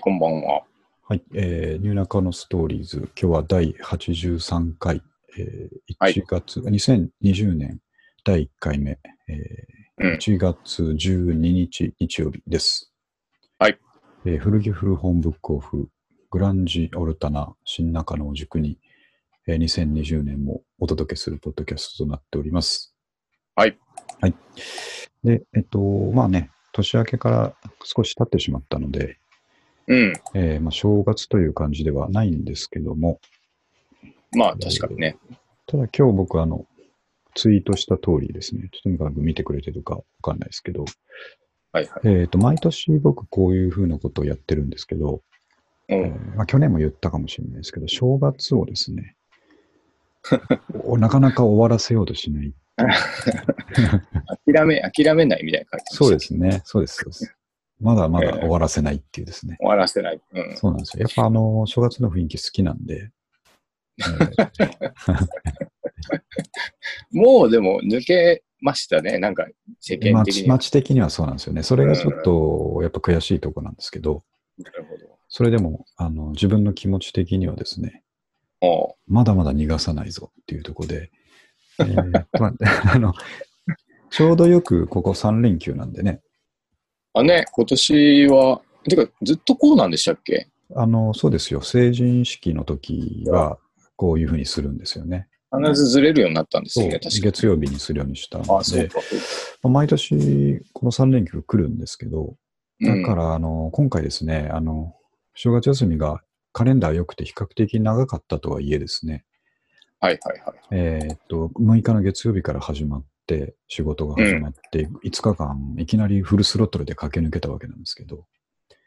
こんばんは。 はい、ニューナカのストーリーズ、今日は第83回、 はい。 1月、2020年第1回目、 うん。 1月12日日曜日です。 はい。 古着古本ブックオフ、グランジオルタナ新中野を軸に、2020年もお届けするポッドキャストとなっております。 はい。 はい。で、まあね、年明けから少し経ってしまったので、 うん。 正月という感じではないんですけども、 まあ、確かにね。 ただ今日僕ツイートした通りですね、とにかく見てくれてるかわかんないですけど、 はいはい。 毎年僕こういうふうなことをやってるんですけど、 うん。 去年も言ったかもしれないですけど、正月をですね、なかなか終わらせようとしないっていう。 諦めないみたいな感じでそうしたっけ。 ですね、そうです、そうです。まだまだ終わらせないっていうですね。 終わらせない。うん。 そうなんですよ。やっぱ正月の雰囲気好きなんで、 もうでも抜けましたね。なんか、世間的には。 街的にはそうなんですよね。それがちょっうとやっぱ悔しいとこなんですけど、 ん。なるほど。 それでも自分の気持ち的にはですね、 おう。 まだまだ逃がさないぞっていうところで、あの、ちょうどよくここ3連休なんでね、 あ、ね、今年は、てか、ずっとこうなんでしたっけ？ そうですよ、成人式の時はこういうふうにするんですよね。 必ずずれるようになったんですよね、 そう、 確か月曜日にするようにしたんあ、そうで、 か、そうか。 毎年この3連休来るんですけど、だかうん。 ら今回ですね、正月休みがカレンダー良くて比較的長かったとはいえですね、 はいはいはい。 6日の月曜日から始まって、仕事が始うん。 まって、5日間いきなりフルスロットルで駆け抜けたわけなんですけど、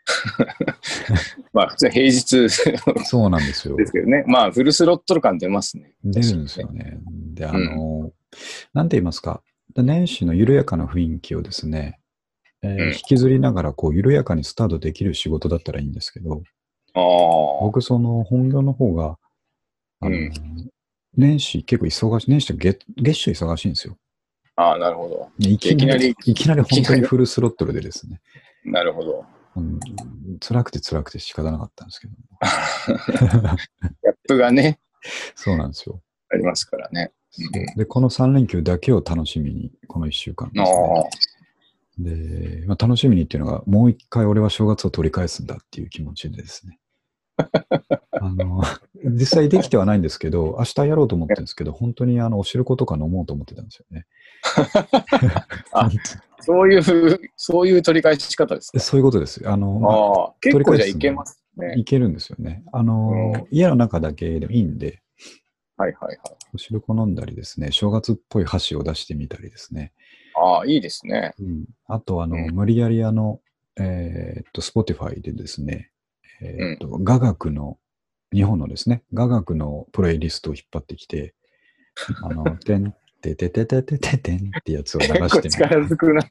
まあ、普通平日そうなんですよ。 ですけどね。まあ、フルスロットル感出ますね。 出るんです確かにね。 よね。で、 うん。 なんて言いますか、年始の緩やかな雰囲気をですね、引うん。 きずりながらこう緩やかにスタートできる仕事だったらいいんですけど、 ああ。 僕その本業の方が、あの、 うん。 年始結構忙しい、年始と月初忙しいんですよ。 ああ、なるほど。 いじゃあ、 きなり、いきなりいきなり、 本当にフルスロットルでですね、 なるほど。 うん、辛くて辛くて仕方なかったんですけども。 ギャップがね、 そうなんですよ。 ありますからね。 そう。で、この3連休だけを楽しみに、この1週間うん。あですね。 あ。 で、楽しみにっていうのが、もう一回俺は正月を取り返すんだっていう気持ちでですね。あの、実際できてはないんですけど、明日やろうと思ってるんですけど、本当にお汁粉とか飲もうと思ってたんですよね。 あ、 本そういう取り返し方ですか？ そういうことです。 ああ、結構じゃあい取り返すのけますね。 いけるんですよね。 うん。 家の中だけでもいいんで、 はいはいはい。 お汁粉飲んだりですね、正月っぽい箸を出してみたりですね。 ああ、いいですね。 うん。あと、 うん。 無理やりSpotify でですね、 うん。 雅楽の、日本のですね、雅楽のプレイリストを引っ張ってきて、てんてててててててんってやつを流結構してみる。 力ずくな。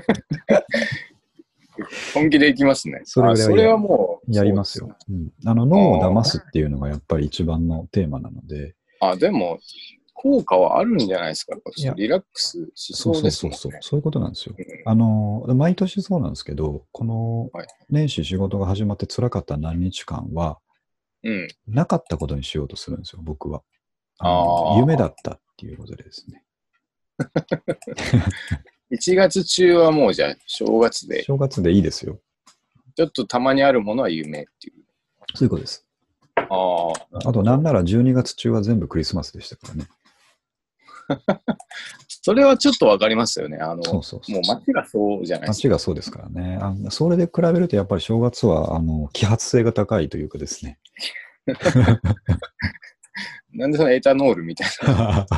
本気でいきますね。あ、 それぐらいはそれはもう、 やりますよ。 そうですね。 うん。脳を騙すっていうのがやっぱり一番のテーマなので、 ああ、でも、効果はあるんじゃないですか。 いや、 リラックスしそうそうそうそうそう、 ですもんね。 そういうことなんですよ。 うん。 毎年そうなんですけど、このはい。 年始仕事が始まって辛かった何日間は、 うん。 なかったことにしようとするんですよ、僕は。夢だああ、 ったっていうことでですね。 1月中はもうじゃあ正月で、 正月でいいですよ。 ちょっとたまにあるものは夢っていう。 そういうことです。 ああ、なるあと、 ほど。 なんなら12月中は全部クリスマスでしたからね。 それはちょっとわかりますよね。もうそうそうそう。 街がそうじゃないですか。 街がそうですからね。それで比べると、やっぱり正月は、揮発性が高いというかですね。 なんでそのエタノールみたいな。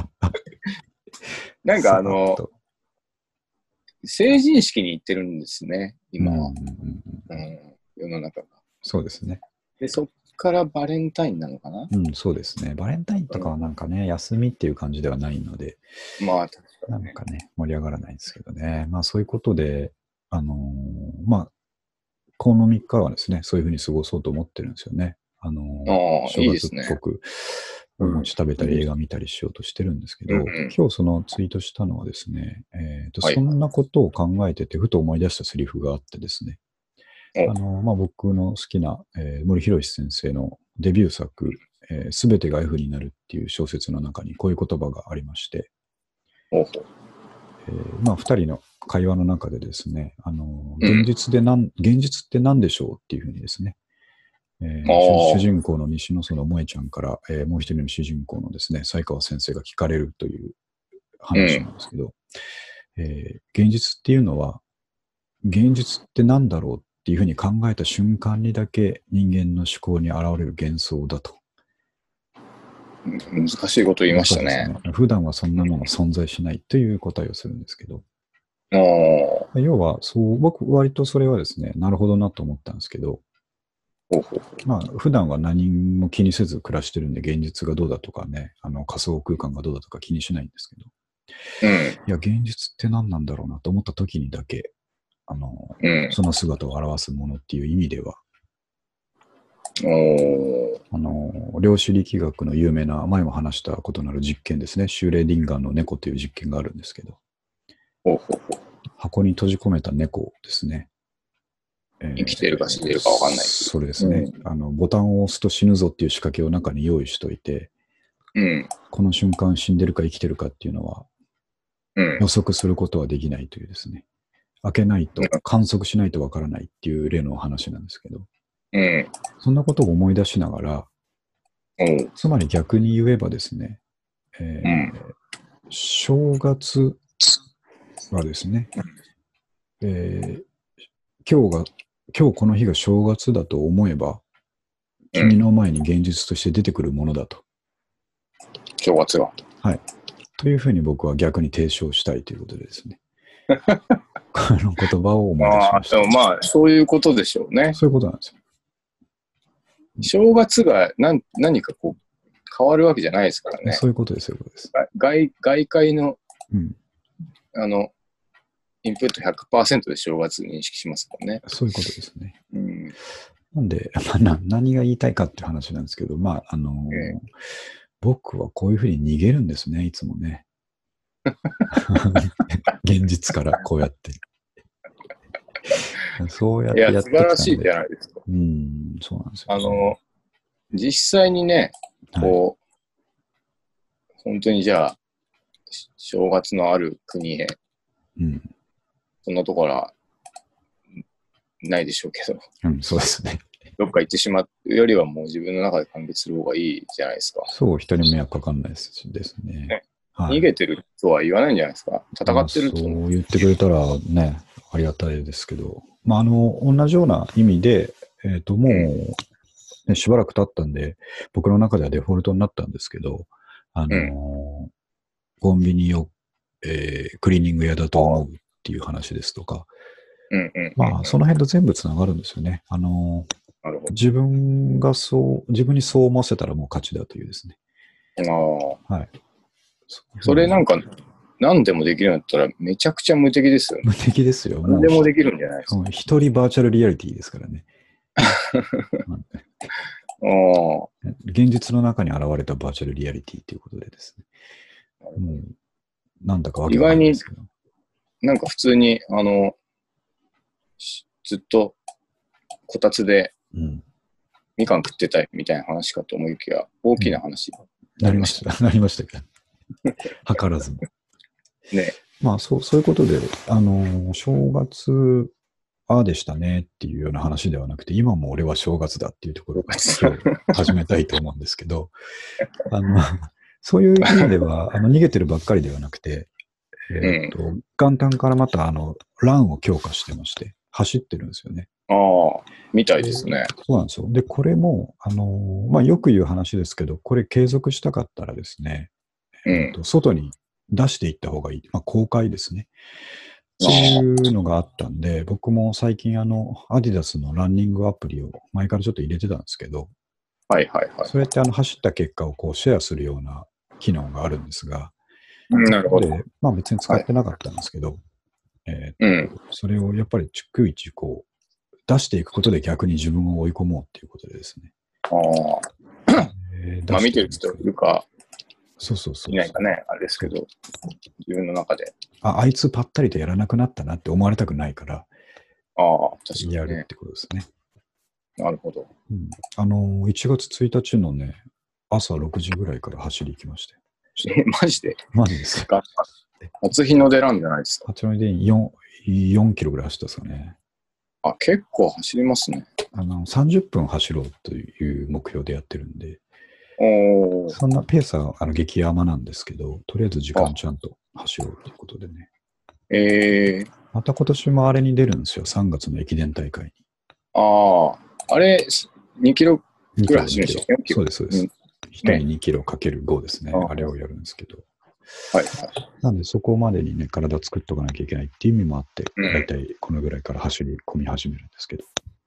なんかさーっと。 成人式に行ってるんですね、 うんうんう今は。 んうん。 うん、世の中が。 そうですね。 で、そっからバレンタインなのかな？ うん、そうですね。バレンタインとかはなんかね、休みっていう感じではないので、 まあ、確かにね。 なんかね、盛り上がらないんですけどね。まあそういうことで、まあ、この3日はですね、そういうふうに過ごそうと思ってるんですよね。 ああ、 正月っいいですね。 ぽくおうん。 餅食べたいいです。 り映画見たりしようとしてるんですけうんうど、 ん。 今日そのツイートしたのはですね、 はい。 そんなことを考えてて、ふと思い出したセリフがあってですね、 僕の好きな、森博先生のデビュー作、すべてが F になるっていう小説の中にこういう言葉がありまして、 ほうほう。 二人の会話の中でですね、 うん現実って何でしょうっていうふうにですね、主人公の西野園萌ちゃんから、もう一人の主人公のですね、才川先生が聞かれるという話なんですけど、現実っていうのは、現実って何だろうっていうふうに考えた瞬間にだけ人間の思考に現れる幻想だと。 難しいこと言いましたね。 普段はそんなもの存在しないという答えをするんですけど、要は僕割とそれはですね、なるほどなと思ったんですけど、 ほうほうほう。 普段は何も気にせず暮らしてるんで、現実がどうだとかね、仮想空間がどうだとか気にしないんですけど、いや、現実って何なんだろうなと思った時にだけ、その姿を表すものっていう意味では、量子力学の有名な、前も話したことのある実験ですね、シューレーディンガーの猫という実験があるんですけど、箱に閉じ込めた猫ですね。 生きてるか死んでるか分かんない。 それですね、ボタンを押すと死ぬぞっていう仕掛けを中に用意しといて、この瞬間死んでるか生きてるかっていうのは、予測することはできないというですね、開けないと、観測しないとわからないっていう例の話なんですけど、そんなことを思い出しながら、つまり逆に言えばですね、正月はですね、今日この日が正月だと思えば、君の前に現実として出てくるものだと。 正月が。 はい。というふうに僕は逆に提唱したいということでですね。この言葉を思い出しました。 でもそういうことでしょうね。 そういうことなんですよ。 正月が何かこう変わるわけじゃないですからね。 そういうことです、そういうことです。 外界の、インプット 100% で正月認識しますもんね。 そういうことですね。なんで、何が言いたいかっていう話なんですけど、僕はこういうふうに逃げるんですね、いつもね。現実からこうやって。そうやってやってきたんで。 いや、素晴らしいじゃないですか。 そうなんですよ。 実際にね、こう、本当にじゃあ、正月のある国へ、そんなところはないでしょうけど、 そうですね。 どっか行ってしまうよりはもう自分の中で完結する方がいいじゃないですか。 そう、人に迷惑かかんないですね。 逃げてるとは言わないんじゃないですか。戦ってると。 そう言ってくれたらね、ありがたいですけど、同じような意味で、もう、しばらく経ったんで、僕の中ではデフォルトになったんですけど、コンビニを、クリーニング屋だと思うっていう話ですとか、その辺と全部つながるんですよね。自分にそう思わせたらもう勝ちだというですね。はい。 それなんか、何でもできるんだったらめちゃくちゃ無敵ですよね。 無敵ですよ。 何でもできるんじゃないですか。 一人バーチャルリアリティですからね。現実の中に現れたバーチャルリアリティということでですね。なんだかわけわかんないですけど。 なんか普通に、ずっとこたつでみかん食ってたいみたいな話かと思いきや、大きな話になりました。なりましたけど。図らずも。 ね。 そういうことで、正月、でしたねっていうような話ではなくて、今も俺は正月だっていうところから今日始めたいと思うんですけど、そういう意味では、逃げてるばっかりではなくて、元旦からまた、ランを強化してまして、走ってるんですよね。 みたいですね。 そうなんですよ。で、これも、よく言う話ですけど、これ継続したかったらですね、外に出していった方がいい。公開ですね。そういうのがあったんで、僕も最近アディダスのランニングアプリを前からちょっと入れてたんですけど、それって走った結果をこうシェアするような機能があるんですが、 なるほど。 別に使ってなかったんですけど、それをやっぱり逐一こう出していくことで逆に自分を追い込もうっていうことでですね。 見てる人いるか、 そういないかね、あれですけど、自分の中で。 あいつぱったりとやらなくなったなって思われたくないから、 ああ、確かに、ね。 やるってことですね。 なるほど。 1月1日のね、朝6時ぐらいから走り行きまして。 マジでマジですよ。 初日の出なんじゃないですか。 初日の出4キロぐらい走ったですかね。 あ、結構走りますね。 30分走ろうという目標でやってるんで、 おー。 そんなペースは激甘なんですけど、とりあえず時間ちゃんと走ろうということでね。また今年もあれに出るんですよ、3月の駅伝大会に。 ああ、あれ、2キロぐらい走るんですよ。 そうです、そうです。1人2キロかける5ですね。あれをやるんですけど。 はい。 なんでそこまでにね、体作っとかなきゃいけないっていう意味もあって、だいたいこのぐらいから走り込み始めるんですけど。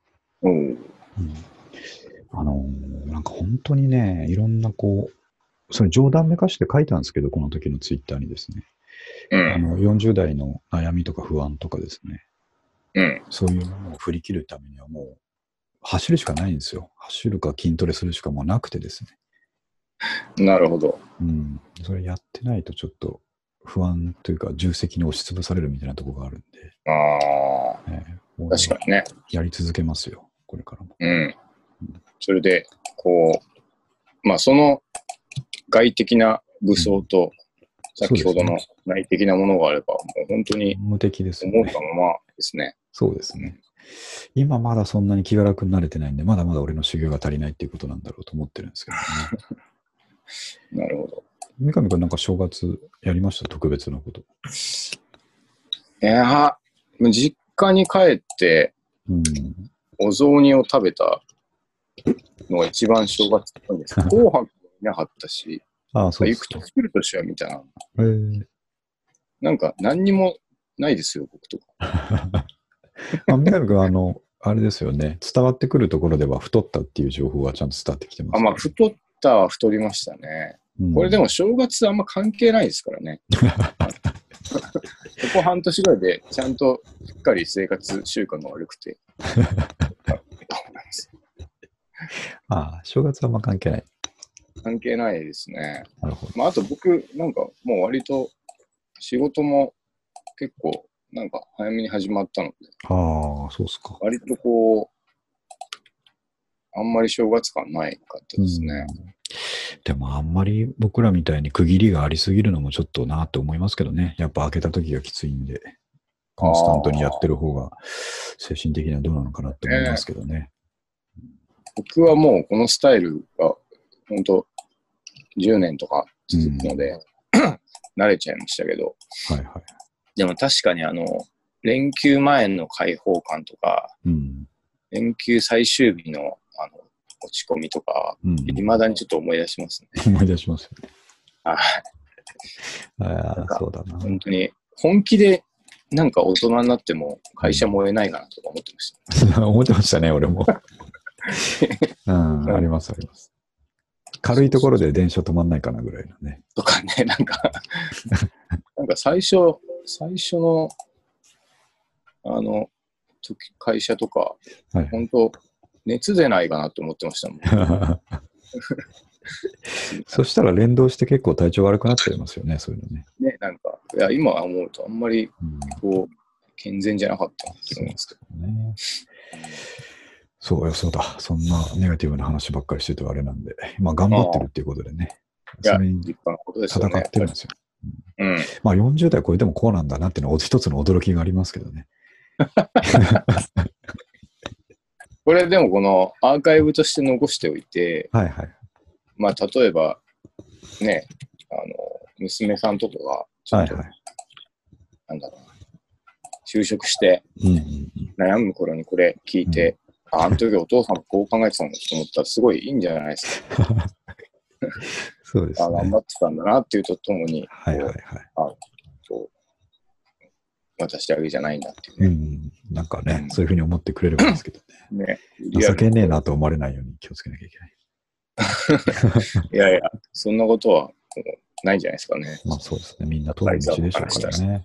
なんか本当にね、いろんなそれ冗談めかして書いたんですけど、この時のツイッターにですね。40代の悩みとか不安とかですね。そういうものを振り切るためにはもう走るしかないんですよ。走るか筋トレするしかもうなくてですね。 なるほど。 それやってないとちょっと不安というか重責に押しつぶされるみたいなところがあるんで。 確かにね。 やり続けますよ、これからも。 それで、その外的な武装と、先ほどの内的なものがあれば、もう本当に無敵ですよね。 思ったままですね。 そうですね。今まだそんなに気が楽になれてないんで、まだまだ俺の修行が足りないっていうことなんだろうと思ってるんですけどね。なるほど。 三上君なんか正月やりました？特別なこと。 実家に帰って、お雑煮を食べたのが一番正月なんです。紅白見なかったし、 そうですか。 行くと作るとしはみたいな。なんか何にもないですよ、僕とか。 三上君あれですよね。伝わってくるところでは太ったっていう情報はちゃんと伝わってきてます、ね。 太ったは太りましたね。これでも正月あんま関係ないですからね。ここ半年ぐらいでちゃんとしっかり生活習慣が悪くて。 正月はあんま関係ない。 関係ないですね。 なるほど。 あと僕、なんかもう割と仕事も結構なんか早めに始まったので。 そうですか。 割とあんまり正月感ないかったですね。 でもあんまり僕らみたいに区切りがありすぎるのもちょっとなと思いますけどね。やっぱ開けた時がきついんで、コンスタントにやってる方が精神的にはどうなのかなと思いますけどね。 僕はもうこのスタイルが本当10年とか続くので、慣れちゃいましたけど、でも確かに連休前の開放感とか、連休最終日の落ち込みとか、未だにちょっと思い出しますね。 思い出しますよね。 そうだな。本当に本気でなんか大人になっても会社燃えないかなとか思ってました。 思ってましたね、俺も。ありますあります。軽いところで電車止まんないかなぐらいのね。 とかね、なんか最初の会社とか、本当熱出ないかなと思ってましたもん。 そしたら連動して結構体調悪くなっちゃいますよね、そういうのね。 ね、なんか、今思うとあんまり健全じゃなかったんですけどね。 そうだ。そんなネガティブな話ばっかりしててあれなんで、頑張ってるっていうことでね。 それに戦ってるんですよ。40代超えてもこうなんだなっていうのは一つの驚きがありますけどね。 これでもこのアーカイブとして残しておいて、例えばね、娘さんとかがちょっと、なんだろうな、就職して悩む頃にこれ聞いて、あの時お父さんもこう考えてたのと思ったらすごいいいんじゃないですか。 そうですね。 頑張ってたんだなっていうとともに、私だけじゃないんだっていうね。 なんかね、そういうふうに思ってくれればいいですけどね。情けねえなと思われないように気をつけなきゃいけない。 いやいや、そんなことはないんじゃないですかね。 そうですね。みんな通る道でしょうからね。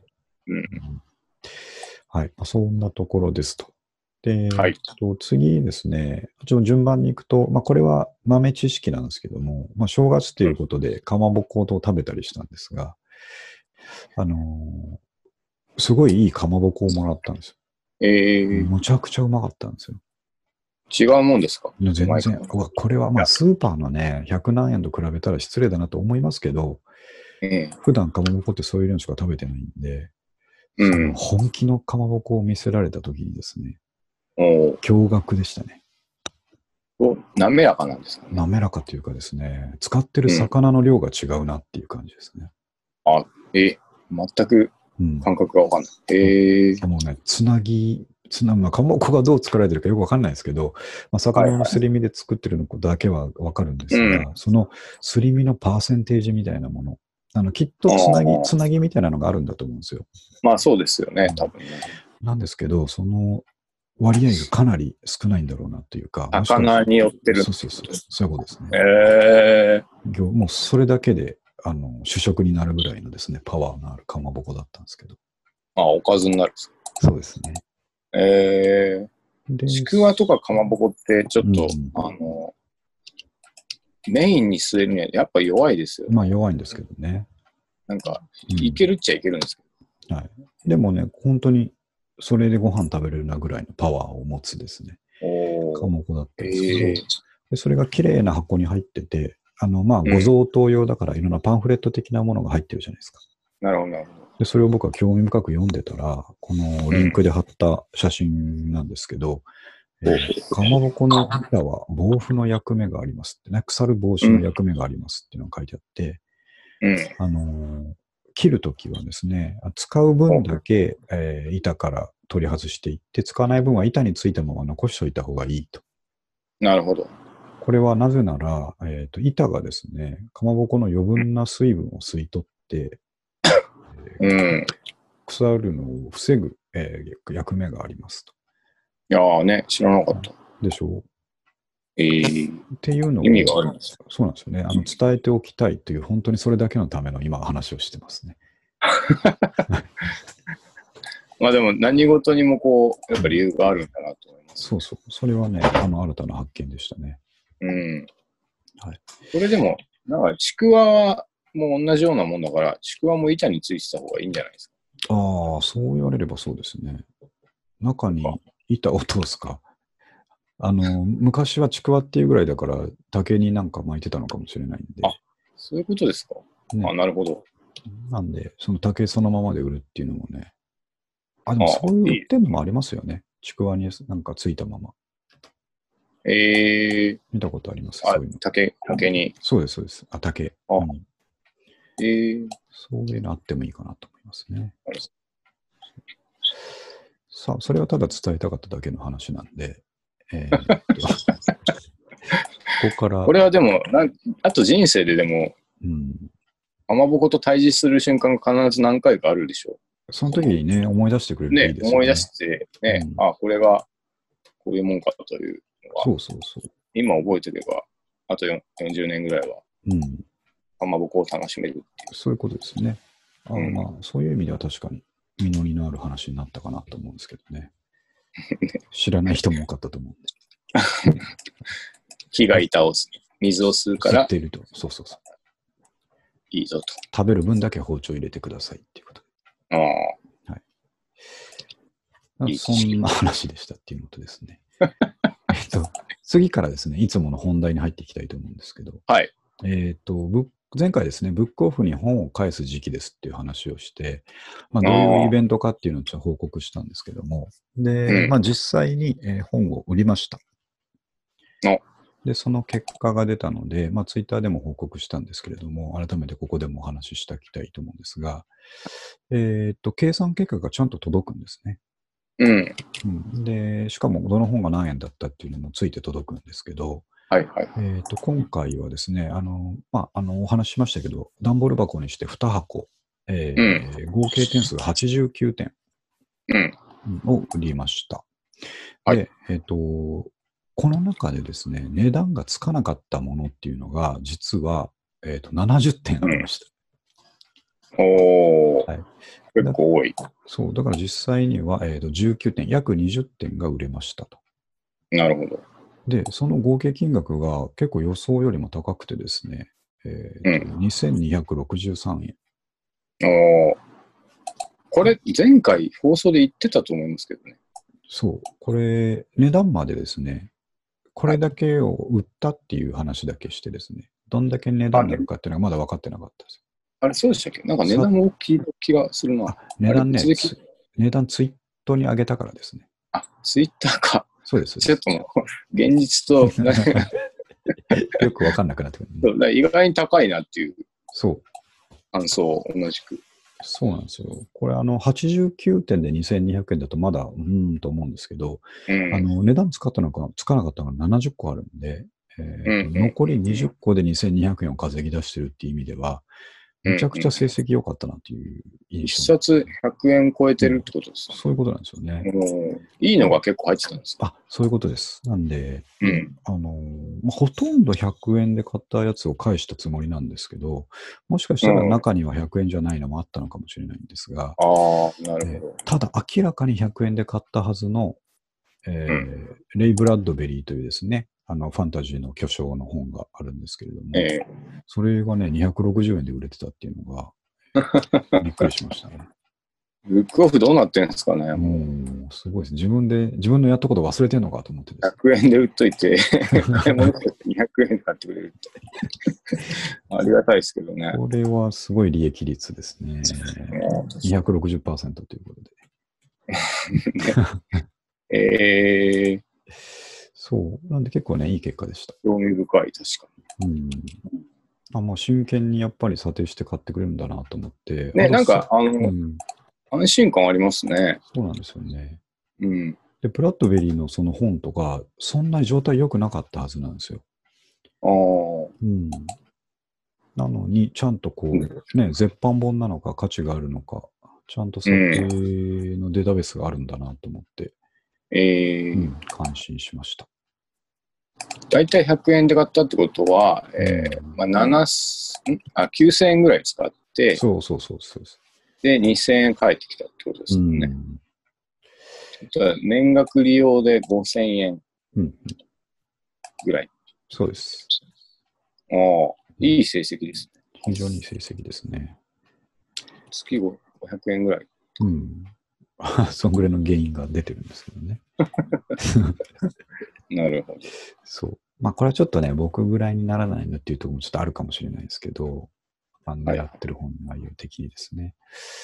そんなところですと。で、次ですね、順番に行くと、これは豆知識なんですけども、正月ということで、かまぼこと食べたりしたんですが、すごいいいかまぼこをもらったんですむちゃくちゃうまかったんですよ。 違うもんですか？ 全然、これはまあスーパーのね、100何円と比べたら失礼だなと思いますけど、普段かまぼこってそういうのしか食べてないんで、その本気のかまぼこを見せられたときにですね、驚愕でしたね。 滑らかなんですかね。 滑らかというかですね、使ってる魚の量が違うなっていう感じですね。 全く感覚がわかんない。 もうね、かまぼこがどう作られてるかよくわかんないですけど、魚のすり身で作ってるのだけはわかるんですが、そのすり身のパーセンテージみたいなもの、きっとつなぎみたいなのがあるんだと思うんですよ。 まあそうですよね、多分ね。 なんですけど、その割合がかなり少ないんだろうなというか。 魚によってる。 そういうことですね。もうそれだけで、主食になるぐらいのですね、パワーのあるかまぼこだったんですけど。 おかずになるんですか？ そうですね。 ちくわとかかまぼこってちょっと、メインに据えるにはやっぱ弱いですよね。 まあ弱いんですけどね。 なんか、いけるっちゃいけるんですけど。はい。でもね、本当にそれでご飯食べれるなぐらいのパワーを持つですね。かまぼこだったんですけど、でそれが綺麗な箱に入ってて、まあ、ご贈答用だからいろんなパンフレット的なものが入ってるじゃないですか。 なるほど、なるほど。 で、それを僕は興味深く読んでたら、このリンクで貼った写真なんですけど、かまぼこの板は防腐の役目がありますってね、腐る防止の役目がありますっていうのが書いてあって、切るときはですね、使う分だけ、板から取り外していって、使わない分は板についたまま残しておいた方がいいと。 なるほど。 これはなぜなら、板がですね、かまぼこの余分な水分を吸い取って、腐るのを防ぐ、役目がありますと。 いやーね、知らなかった。 でしょう。 っていうのを意味があるんですか？ そうなんですよね。伝えておきたいという、本当にそれだけのための今話をしてますね。 まあでも何事にもこう、やっぱり理由があるんだなと思います。 そう。それはね、新たな発見でしたね。 はい。それでも、なんかちくわも同じようなもんだから、ちくわも板についてた方がいいんじゃないですか？ そう言われればそうですね。中に板を通すか。昔はちくわっていうぐらいだから、竹になんか巻いてたのかもしれないんで。 そういうことですか？なるほど。 なんで、その竹そのままで売るっていうのもね。でもそういう売ってるのもありますよね。ちくわになんかついたまま。見たことあります。そういうの。 竹に。 そうです。竹。そういうのあってもいいかなと思いますね。さあ、それはただ伝えたかっただけの話なんで、ここから。 これはでも、あと人生ででも、かまぼこと対峙する瞬間が必ず何回かあるでしょう。その時にね、思い出してくれるといいですよね。 思い出してね、これがこういうもんかというのは、 そう。 今覚えてれば、あと40年ぐらいは、かまぼこを楽しめるっていう。 そういうことですね。そういう意味では確かに実りのある話になったかなと思うんですけどね。知らない人も多かったと思うんで。 木が板を水を吸うから。 吸っていると。そう。 いいぞと。 食べる分だけ包丁入れてくださいっていうことで。はい。そんな話でしたっていうことですね。次からですね、いつもの本題に入っていきたいと思うんですけど。 はい。 前回ですね、ブックオフに本を返す時期ですっていう話をして、どういうイベントかっていうのをちょっと報告したんですけども、で、実際に本を売りました。で、その結果が出たので、ツイッターでも報告したんですけれども、改めてここでもお話ししておきたいと思うんですが、計算結果がちゃんと届くんですね。で、しかもどの本が何円だったっていうのもついて届くんですけど、今回はですね、お話ししましたけど、段ボール箱にして2箱、合計点数89点を売りました。で、この中でですね、値段がつかなかったものっていうのが、実は、70点ありました。 結構多い。 そう、だから実際には、19点、約20点が売れましたと。 なるほど。 で、その合計金額が結構予想よりも高くてですね、2263円。 これ、前回放送で言ってたと思いますけどね。 そう。これ、値段までですね、これだけを売ったっていう話だけしてですね、どんだけ値段になるかっていうのがまだ分かってなかったです。 あれ、そうでしたっけ？なんか値段も大きい気がするな。 値段ね、 あれ、いつで値段ツイートに上げたからですね。 ツイッターか。 そうです。 ちょっともう、現実と、 よく分かんなくなってくる、 ね。意外に高いなっていうそう。 感想、同じく。 そうなんですよ。これ、89点で2200円だとまだ、と思うんですけど、値段つかなかったのが70個あるんで、残り20個で2200円を稼ぎ出してるっていう意味では、めちゃくちゃ成績良かったなっていう一印象。 冊100円超えてるってことですね。 そういうことなんですよね。 いいのが結構入ってたんですか？ そういうことです。なんで、ほとんど100円で買ったやつを返したつもりなんですけど、もしかしたら中には100円じゃないのもあったのかもしれないんですが、 なるほど。 ただ明らかに100円で買ったはずの、レイ・ブラッドベリーというですね、ファンタジーの巨匠の本があるんですけれども、それがね、260円で売れてたっていうのが、びっくりしましたね。 ブックオフどうなってるんですかね。 もう、すごいです。自分のやったこと忘れてるのかと思ってです。 100円で売っといて、買い物して200円で買ってくれるって。ありがたいですけどね。 これはすごい利益率ですね。260% ということで。そう。なんで結構ね、いい結果でした。 興味深い、確かに。 もう真剣にやっぱり査定して買ってくれるんだなと思って。 ね、なんか、安心感ありますね。 そうなんですよね。で、ブラッドベリーのその本とか、そんなに状態良くなかったはずなんですよ。なのに、ちゃんとこう、ね、絶版本なのか価値があるのか、ちゃんと査定のデータベースがあるんだなと思って、感心しました。 だいたい100円で買ったってことは、9000円ぐらい使って、 そう。 で、2000円返ってきたってことですよね。年額利用で5000円ぐらい。 そうです。 いい成績ですね。 非常にいい成績ですね。 月500円ぐらい。 そんぐらいの原因が出てるんですけどね。 なるほど。 そう。これはちょっとね、僕ぐらいにならないのっていうところもちょっとあるかもしれないですけど、やってる本の内容的にですね。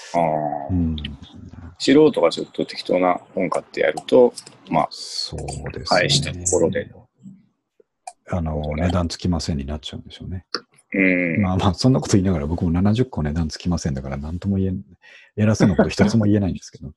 素人がちょっと適当な本買ってやると、 そうですね。 返したところで。 値段つきませんになっちゃうんでしょうね。 うん。 そんなこと言いながら僕も70個値段つきませんだから何とも言えん、偉そうなこと一つも言えないんですけど。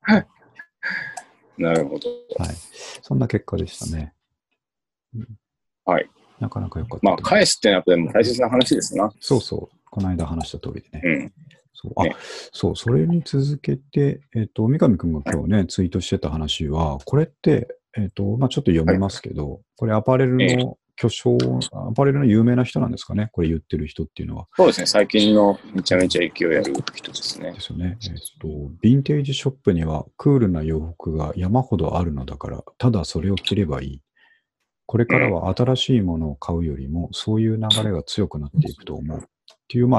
なるほど。 はい。そんな結果でしたね。 はい。 なかなか良かった。 返すってのはやっぱり大切な話ですな。 そう。この間話した通りでね。それに続けて、三上くんが今日ね、ツイートしてた話は、これって、ちょっと読みますけど、これアパレルの巨匠、アパレルの有名な人なんですかね、これ言ってる人っていうのは。 そうですね、最近のめちゃめちゃ勢いある人ですね。 ですよね。ヴィンテージショップにはクールな洋服が山ほどあるのだから、ただそれを着ればいい。これからは新しいものを買うよりも、そういう流れが強くなっていくと思う。っていう、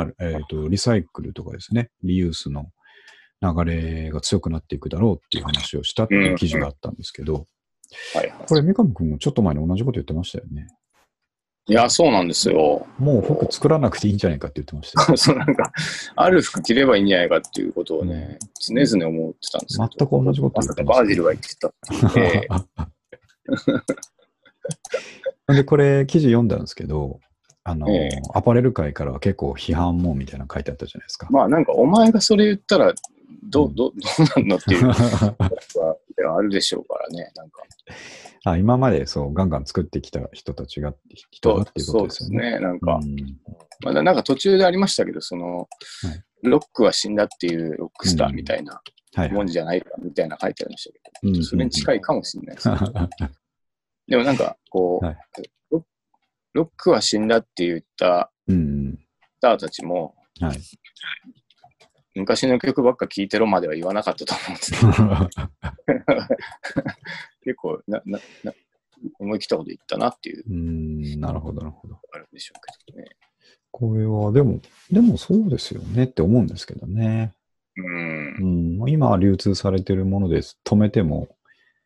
リサイクルとかですね、リユースの流れが強くなっていくだろうっていう話をしたっていう記事があったんですけど、これ、三上くんもちょっと前に同じこと言ってましたよね。 いや、そうなんですよ。 もう服作らなくていいんじゃないかって言ってましたよ、 そう、ある服着ればいいんじゃないかっていうことをね、常々思ってたんですけど。 全く同じこと言ってました。バージルが言ってた。 で、これ、記事読んだんですけど、アパレル界からは結構批判もみたいなの書いてあったじゃないですか。 なんか、お前がそれ言ったら、どうなんのっていうのはあるでしょうからね、なんか。 今までガンガン作ってきた人たちが、っていうことですよね。 そうですね、なんか、なんか途中でありましたけど、ロックは死んだっていうロックスターみたいな文字じゃないかみたいな書いてありましたけど、それに近いかもしれないです。でもなんか、ロックは死んだって言ったスターたちも、昔の曲ばっか聴いてろまでは言わなかったと思うんですけど、結構思い切ったこと言ったなっていう。 なるほど、なるほど。 あるんでしょうけどね。 これは、でもそうですよねって思うんですけどね。今流通されてるものです。止めても、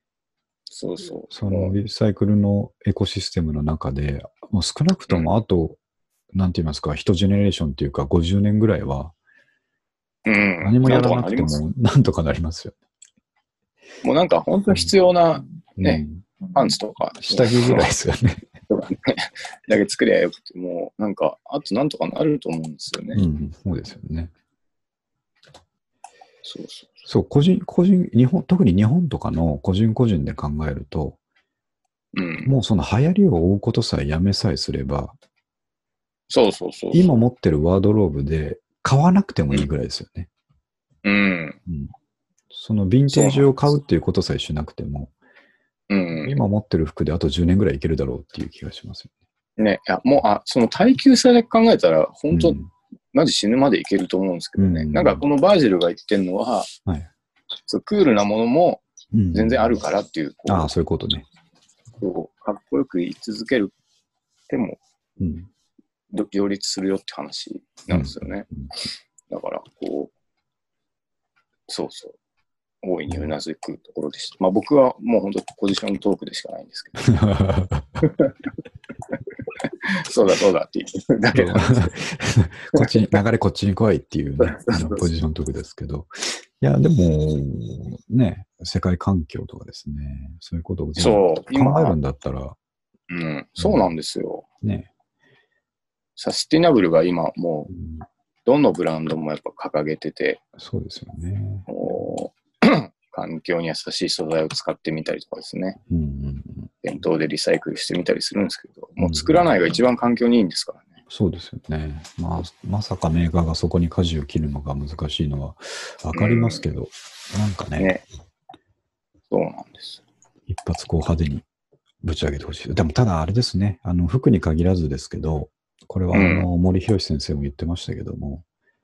そうそう。 そのリサイクルのエコシステムの中で、もう少なくともあと、なんて言いますか、一ジェネレーションっていうか50年ぐらいは、何もやらなくてもなんとかなりますよ。 もうなんか本当に必要なね、パンツとか。 下着ぐらいですよね。 だけ作りゃよくて、もうなんか、あとなんとかなると思うんですよね。 そうですよね。 そう、 個人、特に日本とかの個人個人で考えると、もうその流行りを追うことさえやめさえすれば、今持ってるワードローブで買わなくてもいいぐらいですよね。そのヴィンテージを買うっていうことさえしなくても、今持ってる服であと10年ぐらいいけるだろうっていう気がしますよね。ね、いやもう、その耐久性で考えたら、本当、マジ死ぬまでいけると思うんですけどね。なんかこのバージルが言ってるのは、クールなものも全然あるからっていう。 そういうことね。 かっこよく言い続けるでも、両立するよって話なんですよね。だから、大いにうなずくところでした。まあ僕はもう本当ポジショントークでしかないんですけど。そうだって言うだけなんですけど。流れこっちに来いっていうね、ポジショントークですけど。いや、でも、ね、世界環境とかですね、そういうことを考えるんだったら。 そうなんですよ。 ね。 サスティナブルが今もう、どのブランドもやっぱ掲げてて。 そうですよね。 環境に優しい素材を使ってみたりとかですね。店頭でリサイクルしてみたりするんですけど、もう作らないが一番環境にいいんですからね。 そうですよね。まさかメーカーがそこに舵を切るのが難しいのはわかりますけど、なんかね。 そうなんです。 一発派手にぶち上げてほしい。でもただあれですね、服に限らずですけど、これは森博先生も言ってましたけども、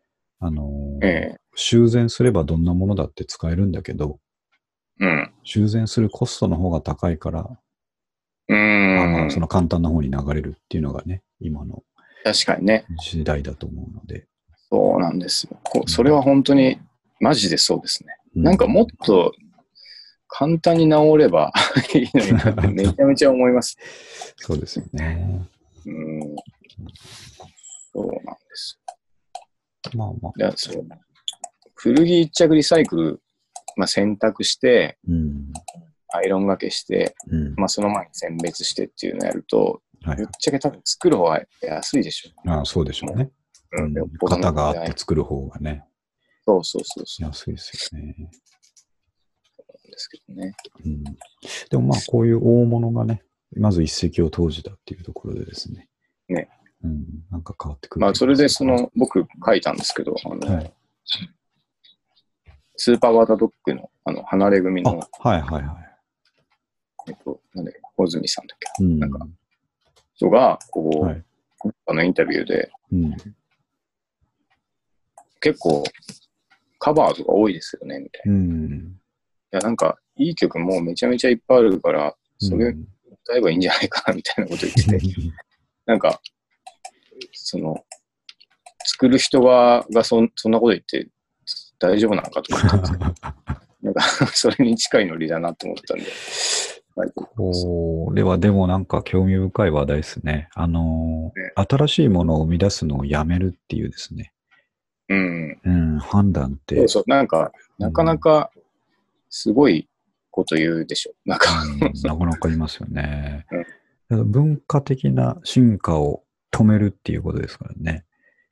修繕すればどんなものだって使えるんだけど、修繕するコストの方が高いから、その簡単な方に流れるっていうのがね、今の確かにね時代だと思うので。 そうなんですよ。それは本当にマジでそうですね。なんかもっと簡単に治ればいいのになってめちゃめちゃ思います。 そうですよね。 そうなんですよ。 古着一着リサイクル、洗濯して、アイロンがけして、その前に選別してっていうのをやると、ぶっちゃけ多分作る方が安いでしょ。 そうでしょうね。型があって作る方がね。 そう。 安いですよね。 ですけどね。 でもこういう大物がね、まず一石を投じたっていうところでですね。なんか変わってくる。 それで僕書いたんですけど、スーパーワータードッグの離れ組の、なんだっけ、小泉さんだっけ、なんか、人が、インタビューで、結構、カバーとか多いですよね、みたいな。いや、なんか、いい曲もめちゃめちゃいっぱいあるから、それ歌えばいいんじゃないかな、みたいなこと言ってて、なんか、作る人がそんなこと言って大丈夫なのかと思ったんですけど、なんか、それに近いノリだなと思ったんで。 これはでもなんか興味深い話題ですね。新しいものを生み出すのをやめるっていうですね。判断って。 なんか、なかなかすごいこと言うでしょ。なかなか言いますよね。文化的な進化を止めるっていうことですからね。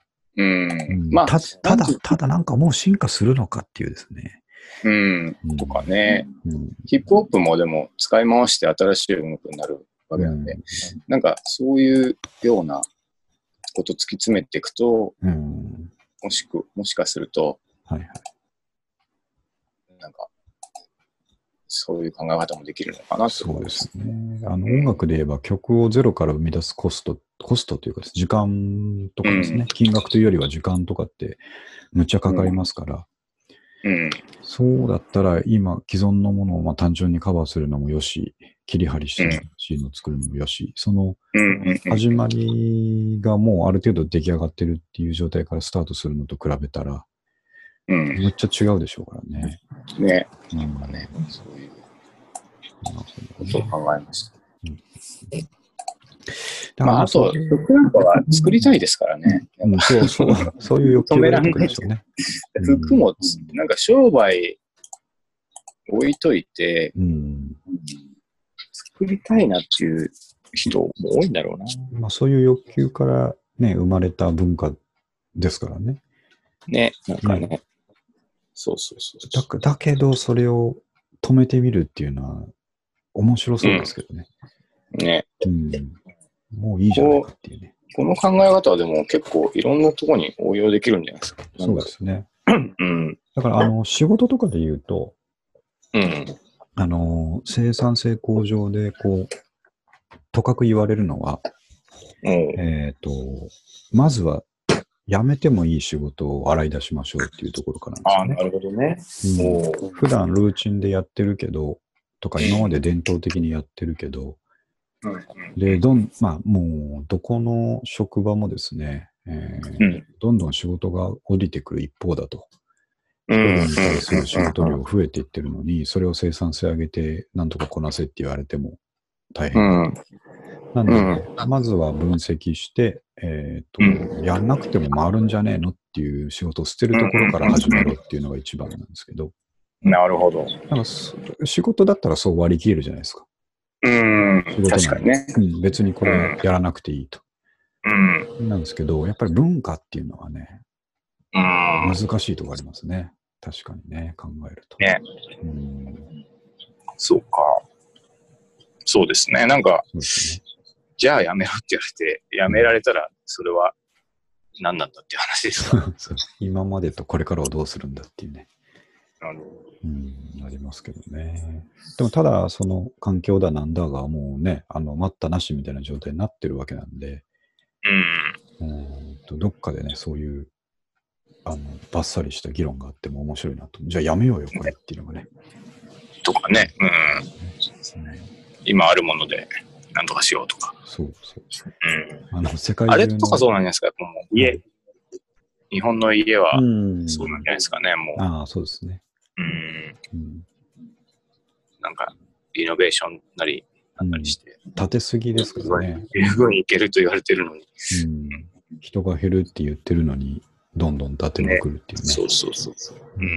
ただなんかもう進化するのかっていうですね。 とかね、ヒップホップもでも使い回して新しい音楽になるわけなんで、なんかそういうようなこと突き詰めていくと、もしかすると、なんかそういう考え方もできるのかなと思います。 そうですね。音楽で言えば曲をゼロから生み出すコストというか、時間とかですね、金額というよりは時間とかってむっちゃかかりますから、そうだったら今既存のものを単純にカバーするのもよし、切り張りしてシーンを作るのもよし、その始まりがもうある程度出来上がってるっていう状態からスタートするのと比べたら、めっちゃ違うでしょうからね。 なんかね、そういう。 ことを考えました。あと、服なんかは作りたいですからね。 そういう欲求が出てくるんですよね。 服も、なんか商売置いといて、作りたいなっていう人も多いんだろうな。 そういう欲求からね、生まれた文化ですからね。 ね、なんかね。そう。 だけど、それを止めてみるっていうのは面白そうですけどね。 ね。 もういいじゃないかっていうね。 この考え方はでも結構いろんなところに応用できるんじゃないですか。 そうですね。だから仕事とかで言うと、生産性向上でとかく言われるのは、まずはやめてもいい仕事を洗い出しましょうっていうところからなんですよね。 なるほどね。 普段ルーチンでやってるけど、とか今まで伝統的にやってるけど、で、もうどこの職場もですね、どんどん仕事が降りてくる一方だと。一人に対する仕事量増えていってるのに、それを生産性上げて、なんとかこなせって言われても大変だと。なんで、まずは分析して、やんなくても回るんじゃねえのっていう仕事を捨てるところから始めろっていうのが一番なんですけど。 なるほど。 なんか仕事だったらそう割り切れるじゃないですか。 確かにね。 別にこれやらなくていいと。なんですけど、やっぱり文化っていうのはね、難しいところありますね。確かにね、考えると。 ね。そうか。そうですね。なんか、じゃあやめろって言われて、やめられたら、それは何なんだっていう話ですか。 今までとこれからをどうするんだっていうね。ありますけどね。でもただ、その環境だなんだがもうね、待ったなしみたいな状態になってるわけなんで、どっかでね、そういう、バッサリした議論があっても面白いなと。じゃあやめようよ、これっていうのがね。 とかね。今あるもので何とかしようとか。世界中のあれとかそうなんじゃないですか。もう日本の家はそうなんじゃないですかね。もう。 そうですね。 なんかリノベーションなりして。 建てすぎですからね。 十分いけると言われてるのに。 人が減るって言ってるのに、どんどん建てまくるっていうね。 そう。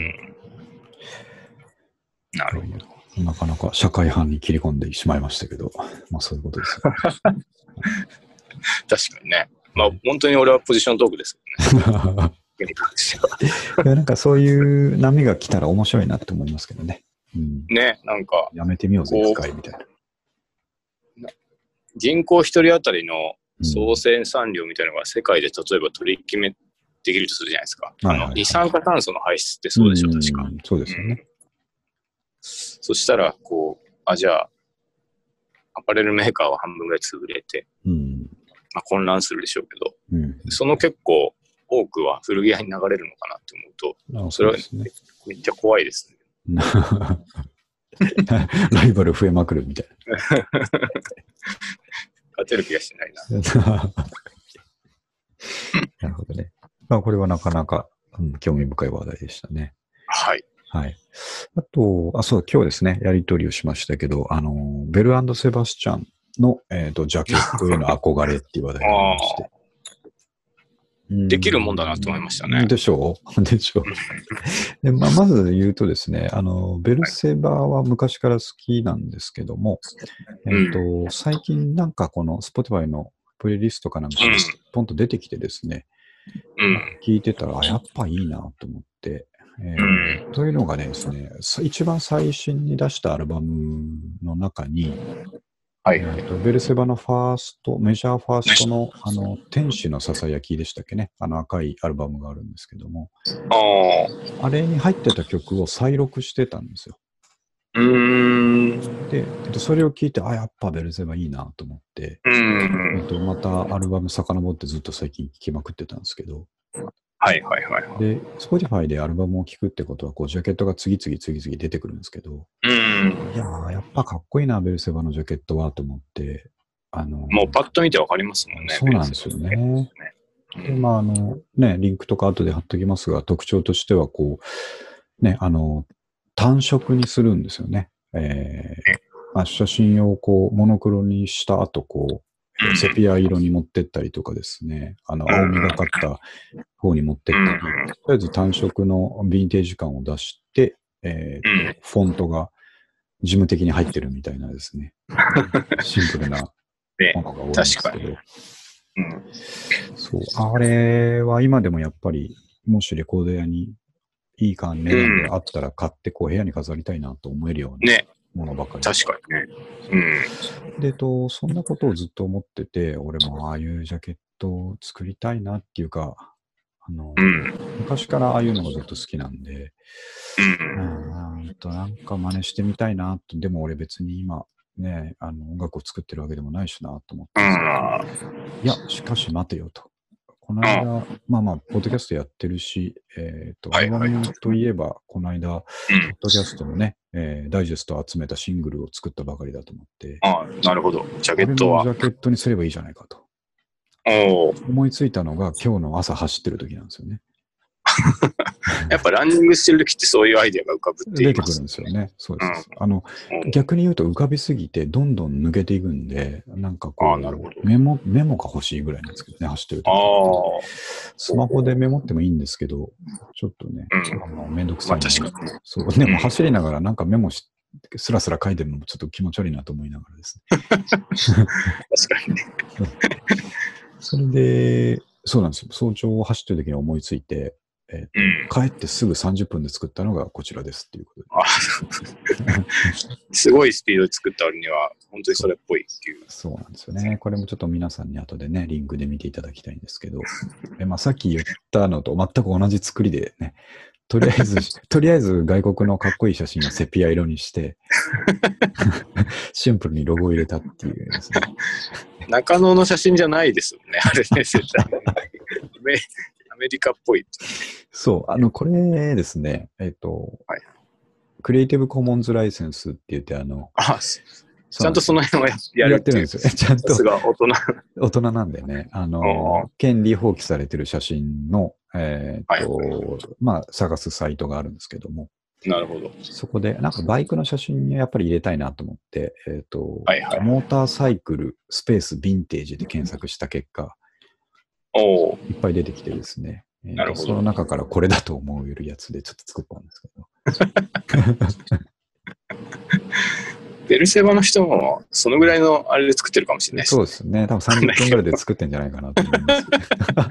なるほど。 なかなか社会派に切り込んでしまいましたけど、そういうことです、ね。 確かにね。本当に俺はポジショントークですけどね。 なんかそういう波が来たら面白いなって思いますけどね。 ね、なんか。 やめてみようぜ、一回みたいな。 人口一人当たりの総生産量みたいなのが世界で例えば取り決めできるとするじゃないですか。二酸化炭素の排出ってそうでしょ、確か。 そうですよね。 そしたら、じゃあ、アパレルメーカーは半分ぐらい潰れて、混乱するでしょうけど、その結構多くは古着屋に流れるのかなって思うと、それはめっちゃ怖いですね。 ライバル増えまくるみたいな。 勝てる気がしないな。なるほどね。これはなかなか、興味深い話題でしたね。 はい。 あと、今日ですね、やり取りをしましたけど、ベル&セバスチャンの、ジャケットへの憧れっていう話題がありまして。 できるもんだなと思いましたね。 でしょうで、まず言うとですね、ベルセバは昔から好きなんですけども、最近なんかこの Spotify のプレイリストかなんかにポンと出てきてですね、聞いてたら、やっぱいいなと思って、というのがですね、一番最新に出したアルバムの中に、ベルセバのメジャーファーストの、天使のささやきでしたっけね、赤いアルバムがあるんですけども、あれに入ってた曲を再録してたんですよ。で、それを聞いて、やっぱベルセバいいなと思って、またアルバム遡ってずっと最近聴きまくってたんですけど、で、Spotify でアルバムを聴くってことは、ジャケットが次々出てくるんですけど、いやー、やっぱかっこいいな、ベルセバのジャケットはと思って、 もうパッと見てわかりますもんね。 そうなんですよね。で、リンクとか後で貼っときますが、特徴としては、単色にするんですよね。 写真をこう、モノクロにした後、こう、セピア色に持ってったりとかですね、青みがかった方に持ってったり、とりあえず単色のヴィンテージ感を出して、フォントが事務的に入ってるみたいなですね、シンプルなものが多いんですけど、そう、あれは今でもやっぱり、もしレコード屋にいい値段であったら買ってこう部屋に飾りたいなと思えるようなものばかり。 確かにね。 で、そんなことをずっと思ってて、俺もああいうジャケットを作りたいなっていうか、昔からああいうのがずっと好きなんで、なんか真似してみたいなと、でも俺別に今ね、音楽を作ってるわけでもないしなと思って、いや、しかし待てよと。この間、ポッドキャストやってるし、アルバムといえば、この間、ポッドキャストのね、ダイジェストを集めたシングルを作ったばかりだと思って。 なるほど。ジャケットは。 ジャケットにすればいいじゃないかと。思いついたのが今日の朝走ってる時なんですよね。 やっぱランニングしてる時ってそういうアイデアが浮かぶって出てくるんですよね。そうです。逆に言うと浮かびすぎてどんどん抜けていくんで、なんかこう、メモが欲しいぐらいなんですけどね、走ってる時。スマホでメモってもいいんですけど、ちょっとね、めんどくさい。そう。でも走りながらなんかメモスラスラ書いてるのもちょっと気持ち悪いなと思いながらですね。 確かにね。 それで、そうなんですよ。早朝走ってる時に思いついて、帰ってすぐ30分で作ったのがこちらですっていうことで。 すごいスピードで作った割には、本当にそれっぽいっていう。 そうなんですよね。これもちょっと皆さんに後でね、リンクで見ていただきたいんですけど、さっき言ったのと全く同じ作りでね、とりあえず外国のかっこいい写真をセピア色にして、シンプルにロゴを入れたっていうですね。 中野の写真じゃないですもんね、あれね、絶対。アメリカっぽい。 そう、これですね、クリエイティブコモンズライセンスって言って、 ちゃんとその辺はやってるんですよ。ちゃんと。 さすが大人なんでね、権利放棄されてる写真の、探すサイトがあるんですけども。 なるほど。 そこで、なんかバイクの写真にやっぱり入れたいなと思って、モーターサイクルスペースヴィンテージで検索した結果、いっぱい出てきてですね、その中からこれだと思うやつでちょっと作ったんですけど。 ベルセバの人もそのぐらいのあれで作ってるかもしれないですね。そうですね。多分30分ぐらいで作ってんじゃないかなと思いますけど。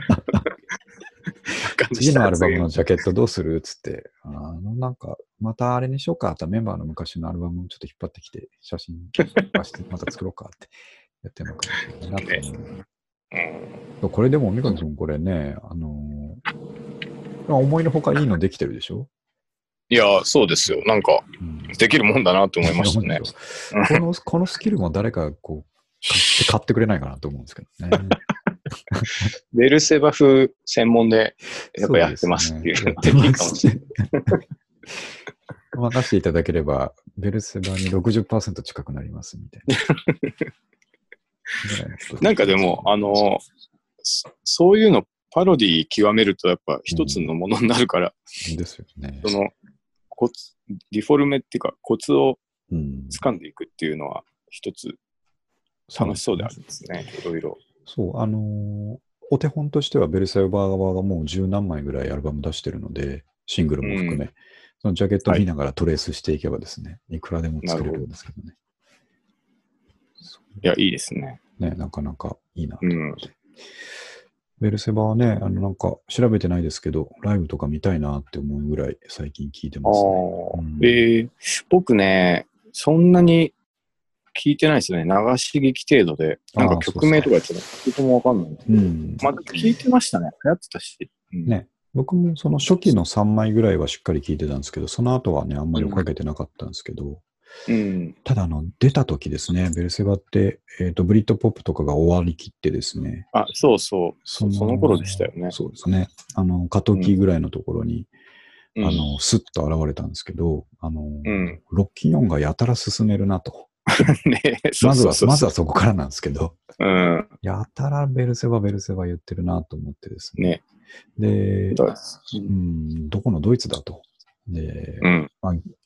次のアルバムのジャケットどうするっつって、なんか、またあれにしようかってメンバーの昔のアルバムをちょっと引っ張ってきて、写真出してまた作ろうかってやってるのかもしれないなと思う。これでも、三上君これね、思いのほかいいのできてるでしょ？ いや、そうですよ。なんか、できるもんだなと思いましたね。 このスキルも誰かこう買ってくれないかなと思うんですけどね。 ベルセバ風専門でやっぱやってますっていう。 任せていただければ、ベルセバに 60% 近くなりますみたいな。なんかでも、そういうのパロディ極めるとやっぱ一つのものになるから、 ですよね。 ディフォルメっていうかコツを掴んでいくっていうのは一つ楽しそうであるんですね。いろいろ。 そう、お手本としてはベルセバ側がもう十何枚ぐらいアルバム出してるので、シングルも含め、そのジャケットを見ながらトレースしていけばですね、いくらでも作れるんですけどね。 いや、いいですね。 ね、なかなかいいなと思って。ベルセバはね、なんか調べてないですけど、ライブとか見たいなって思うぐらい最近聞いてますね。 僕ね、そんなに聞いてないですね。流し聞き程度で。なんか曲名とかちょっともわかんない。まだ聞いてましたね。流行ってたし。 ね。僕もその初期の3枚ぐらいはしっかり聞いてたんですけど、その後はね、あんまり追っかけてなかったんですけど、ただ出た時ですね、ベルセバって、ブリッドポップとかが終わりきってですね。 そうそう。その頃でしたよね。 そうですね。過渡期ぐらいのところに、スッと現れたんですけど、ロッキン4がやたら進めるなと。まずはそこからなんですけど、やたらベルセバ言ってるなと思ってですね。で、どこのドイツだと。で、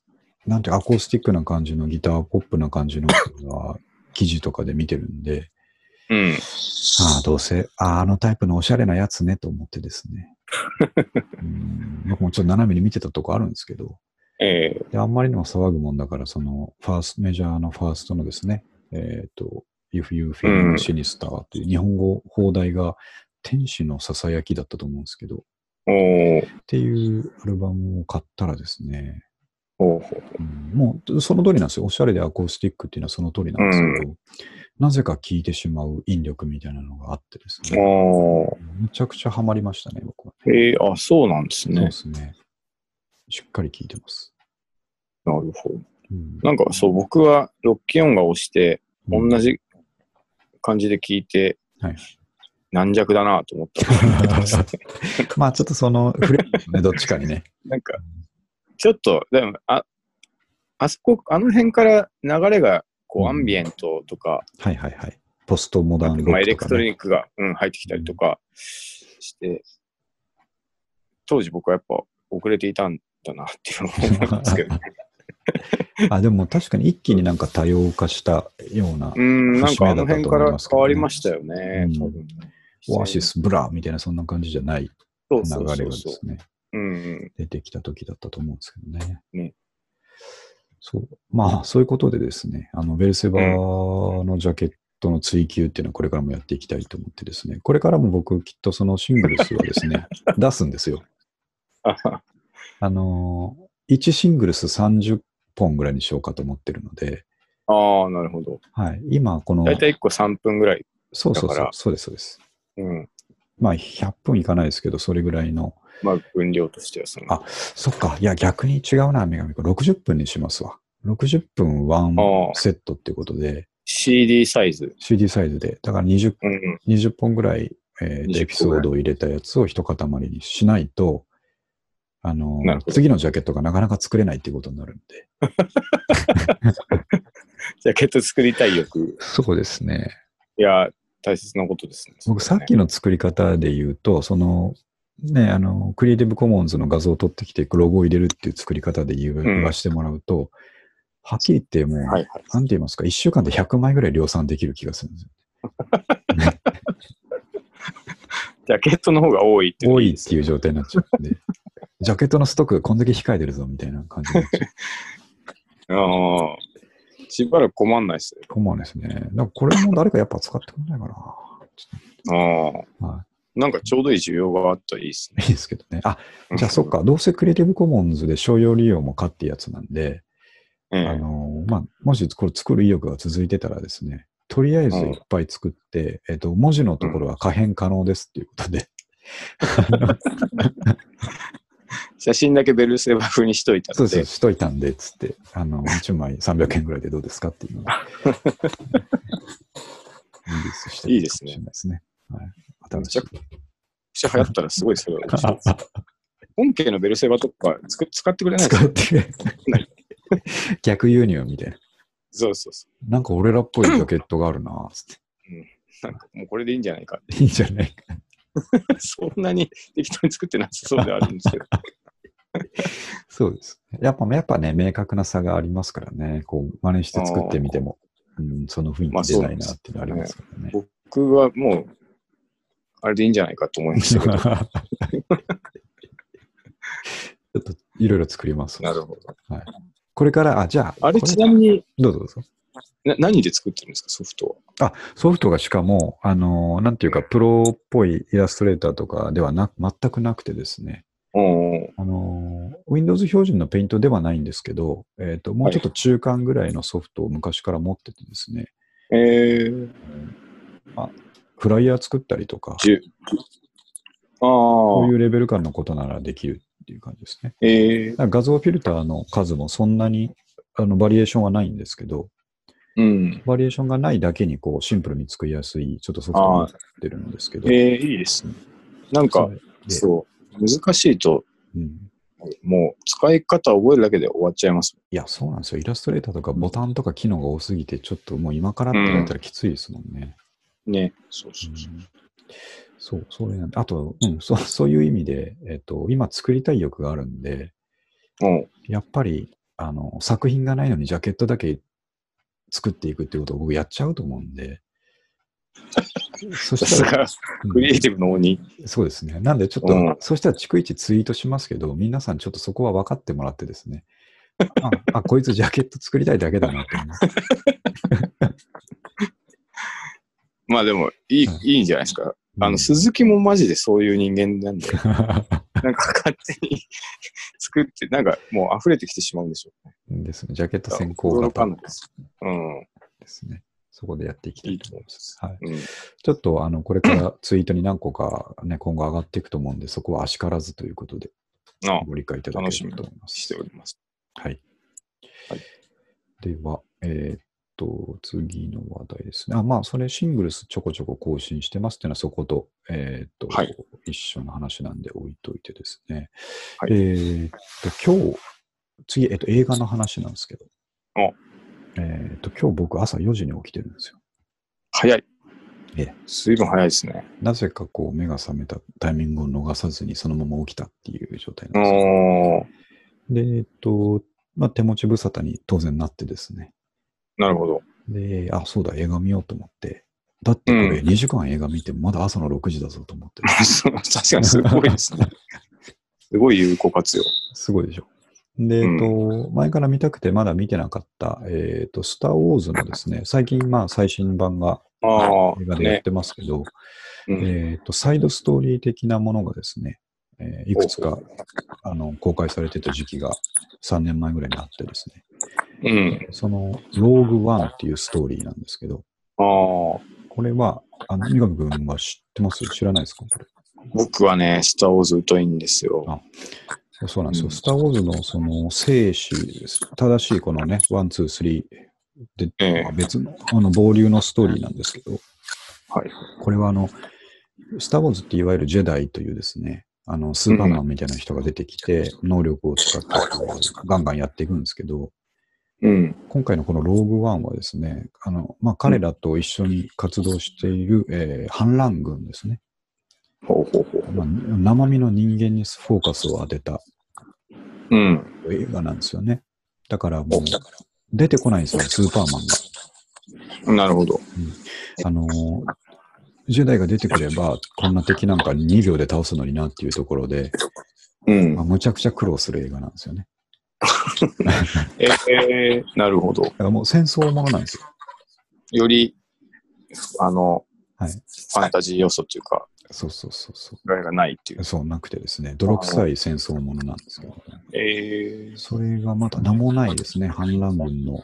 なんてアコースティックな感じのギターポップな感じの記事とかで見てるんで、 うん。 どうせ、あのタイプのおしゃれなやつねと思ってですね。僕もちょっと斜めに見てたとこあるんですけど、であんまりにも騒ぐもんだから、そのメジャーのファーストのですね、If You Feeling Sinister という日本語放題が天使のささやきだったと思うんですけど、っていうアルバムを買ったらですね、もうその通りなんですよ。おしゃれでアコースティックっていうのはその通りなんですけど、なぜか聴いてしまう引力みたいなのがあってですね。めちゃくちゃハマりましたね、僕は、ね。 そうなんですね。 そうですね。しっかり聴いてます。 なるほど。なんかそう、僕はロッキー音が押して、同じ感じで聴いて、軟弱だなと思ったまあちょっとその、フレーズね、どっちかにね。 なんか、ちょっと、でも、あの辺から流れが、アンビエントとか、 ポストモダンロックとか、ね、 エレクトロニックが、入ってきたりとかして、当時僕はやっぱ遅れていたんだなっていうのを思いますけどね。 でも確かに一気になんか多様化したようななんかあの辺から変わりましたよね、多分。 オアシス、ブラーみたいなそんな感じじゃない流れがですね、出てきた時だったと思うんですけどね。そう。まあ、そういうことでですね、ベルセバのジャケットの追求っていうのはこれからもやっていきたいと思ってですね、これからも僕きっとそのシングルスはですね、出すんですよ。1シングルス30本ぐらいにしようかと思ってるので。 なるほど。 今この。 だいたい1個3分ぐらい。 そうです、そうです。まあ、100分いかないですけど、それぐらいの。 まあ、分量としてはそっか。いや、逆に違うな、女神。60分にしますわ。60分ワンセットっていうことで。 CD サイズ。 CD サイズで。だから20本ぐらい、エピソードを入れたやつを一塊にしないと、次のジャケットがなかなか作れないっていうことになるんで。 ジャケット作りたい欲。 そうですね。 いや、大切なことですね。 僕、さっきの作り方で言うと、その、ね、クリエイティブコモンズの画像を取ってきて、ロゴを入れるっていう作り方で言わせてもらうと、はっきり言ってもう、なんて言いますか、1週間で100枚ぐらい量産できる気がするんですよ。 ジャケットの方が多いって多いっていう状態になっちゃうんで、ジャケットのストックがこんだけ控えてるぞみたいな感じになっちゃう。しばらく困んないですね。 困んないですね。だからこれも誰かやっぱ使ってくれないかな。なんかちょうどいい需要があったらいいですね。 いいですけどね。じゃあそっか、どうせクリエイティブコモンズで商用利用も可ってやつなんで、もしこれ作る意欲が続いてたらですね、とりあえずいっぱい作って、文字のところは可変可能ですっていうことで。 写真だけベルセバ風にしといたんで。 そう、しといたんで、つって、1枚300円ぐらいでどうですかっていうのが。 いいですね。めちゃくちゃ流行ったらすごいですよ。本家のベルセバとか使ってくれないですか？使って逆輸入みたいな。 そう。 なんか俺らっぽいジャケットがあるな、つって。 なんかもうこれでいいんじゃないか。 いいんじゃないか。 そんなに適当に作ってなさそうではあるんですけど。 そうです。やっぱね、明確な差がありますからね。真似して作ってみても、その雰囲気出ないなっていうのありますからね。 僕はもう、あれでいいんじゃないかと思いましたけど。ちょっといろいろ作ります。 なるほど。 これから、じゃあ。 あれちなみに、 どうぞ。 何で作ってるんですか、ソフトは。ソフトがしかも、なんていうか、プロっぽいイラストレーターとかでは全くなくてですね。Windows 標準のペイントではないんですけど、もうちょっと中間ぐらいのソフトを昔から持っててですね。フライヤー作ったりとか、こういうレベル感のことならできるっていう感じですね。画像フィルターの数もそんなにバリエーションはないんですけど、バリエーションがないだけにシンプルに作りやすいちょっとソフトになってるんですけど。 いいですね。なんか、そう、難しいと、もう使い方覚えるだけで終わっちゃいます。 いや、そうなんですよ。イラストレーターとかボタンとか機能が多すぎて、ちょっともう今からって言われたらきついですもんね。 そう。 それなんで。あと、そういう意味で、今作りたい欲があるんで、やっぱり作品がないのにジャケットだけ作っていくっていうことを僕やっちゃうと思うんで。 そしたら、クリエイティブの鬼。 そうですね。なんでちょっと、そしたら逐一ツイートしますけど、皆さんちょっとそこは分かってもらってですね。こいつジャケット作りたいだけだなって思う。 まあでもいいんじゃないですか。鈴木もマジでそういう人間なんで、なんか勝手に作って、なんかもう溢れてきてしまうんでしょうね。ですね。ジャケット先行型です。ですね。そこでやっていきたいと思います。はい。ちょっとこれからツイートに何個かね、今後上がっていくと思うんで、そこはあしからずということで、ご理解いただければと思います。 しております。 はい。では、次の話題ですね。まあ、それシングルスちょこちょこ更新してますっていうのはそこと、一緒の話なんで置いといてですね。今日、次、映画の話なんですけど。今日僕朝4時に起きてるんですよ。 早い。随分早いですね。 なぜかこう目が覚めたタイミングを逃さずにそのまま起きたっていう状態なんですよ。で、手持ち無沙汰に当然なってですね。 なるほど。 で、そうだ、映画見ようと思って。だってこれ2時間映画見てまだ朝の6時だぞと思って。 確かにすごいですね。すごい有効活用。 すごいでしょ。で、前から見たくてまだ見てなかった、スター・ウォーズのですね、最近最新版が映画でやってますけど、サイドストーリー的なものがですね、いくつか公開されてた時期が3年前ぐらいにあってですね、そのローグワンっていうストーリーなんですけど、これは、三上君は知ってます？知らないですか？これ僕はね、スター・ウォーズ疎いんですよ。 そうなんですよ。スター・ウォーズのその生死です。正しいこのね、1、2、3で、別の暴流のストーリーなんですけど、これはスター・ウォーズっていわゆるジェダイというですね、スーパーマンみたいな人が出てきて、能力を使ってガンガンやっていくんですけど、今回のこのローグワンはですね、彼らと一緒に活動している、反乱軍ですね。生身の人間にフォーカスを当てた映画なんですよね。だからもう出てこないんですよ、スーパーマンが。 なるほど。 ジェダイが出てくれば、こんな敵なんか2秒で倒すのになっていうところで、むちゃくちゃ苦労する映画なんですよね。 なるほど。だからもう戦争ものなんですよ。 より、ファンタジー要素っていうか、 そう。 がないっていう。 そう、なくてですね、泥臭い戦争ものなんですけど、それがまた名もないですね、反乱軍の、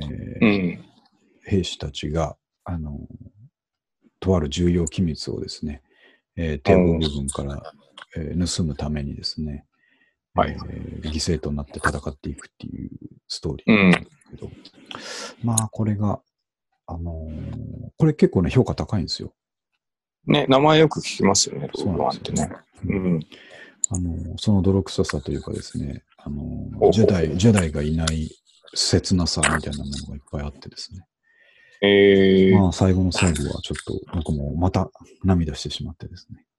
兵士たちが、とある重要機密をですね、帝国軍から、盗むためにですね、犠牲となって戦っていくっていうストーリーなんですけど、これが、これ結構ね、評価高いんですよ。 ね、名前よく聞きますよね、 そうなんですよね。その泥臭さというかですね、ジェダイがいない切なさみたいなものがいっぱいあってですね。最後の最後はちょっと僕もまた涙してしまってですね。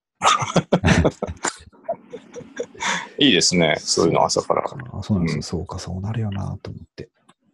いいですね、そういうの朝から。 そうなんですよ。そうか、そうなるよなと思って。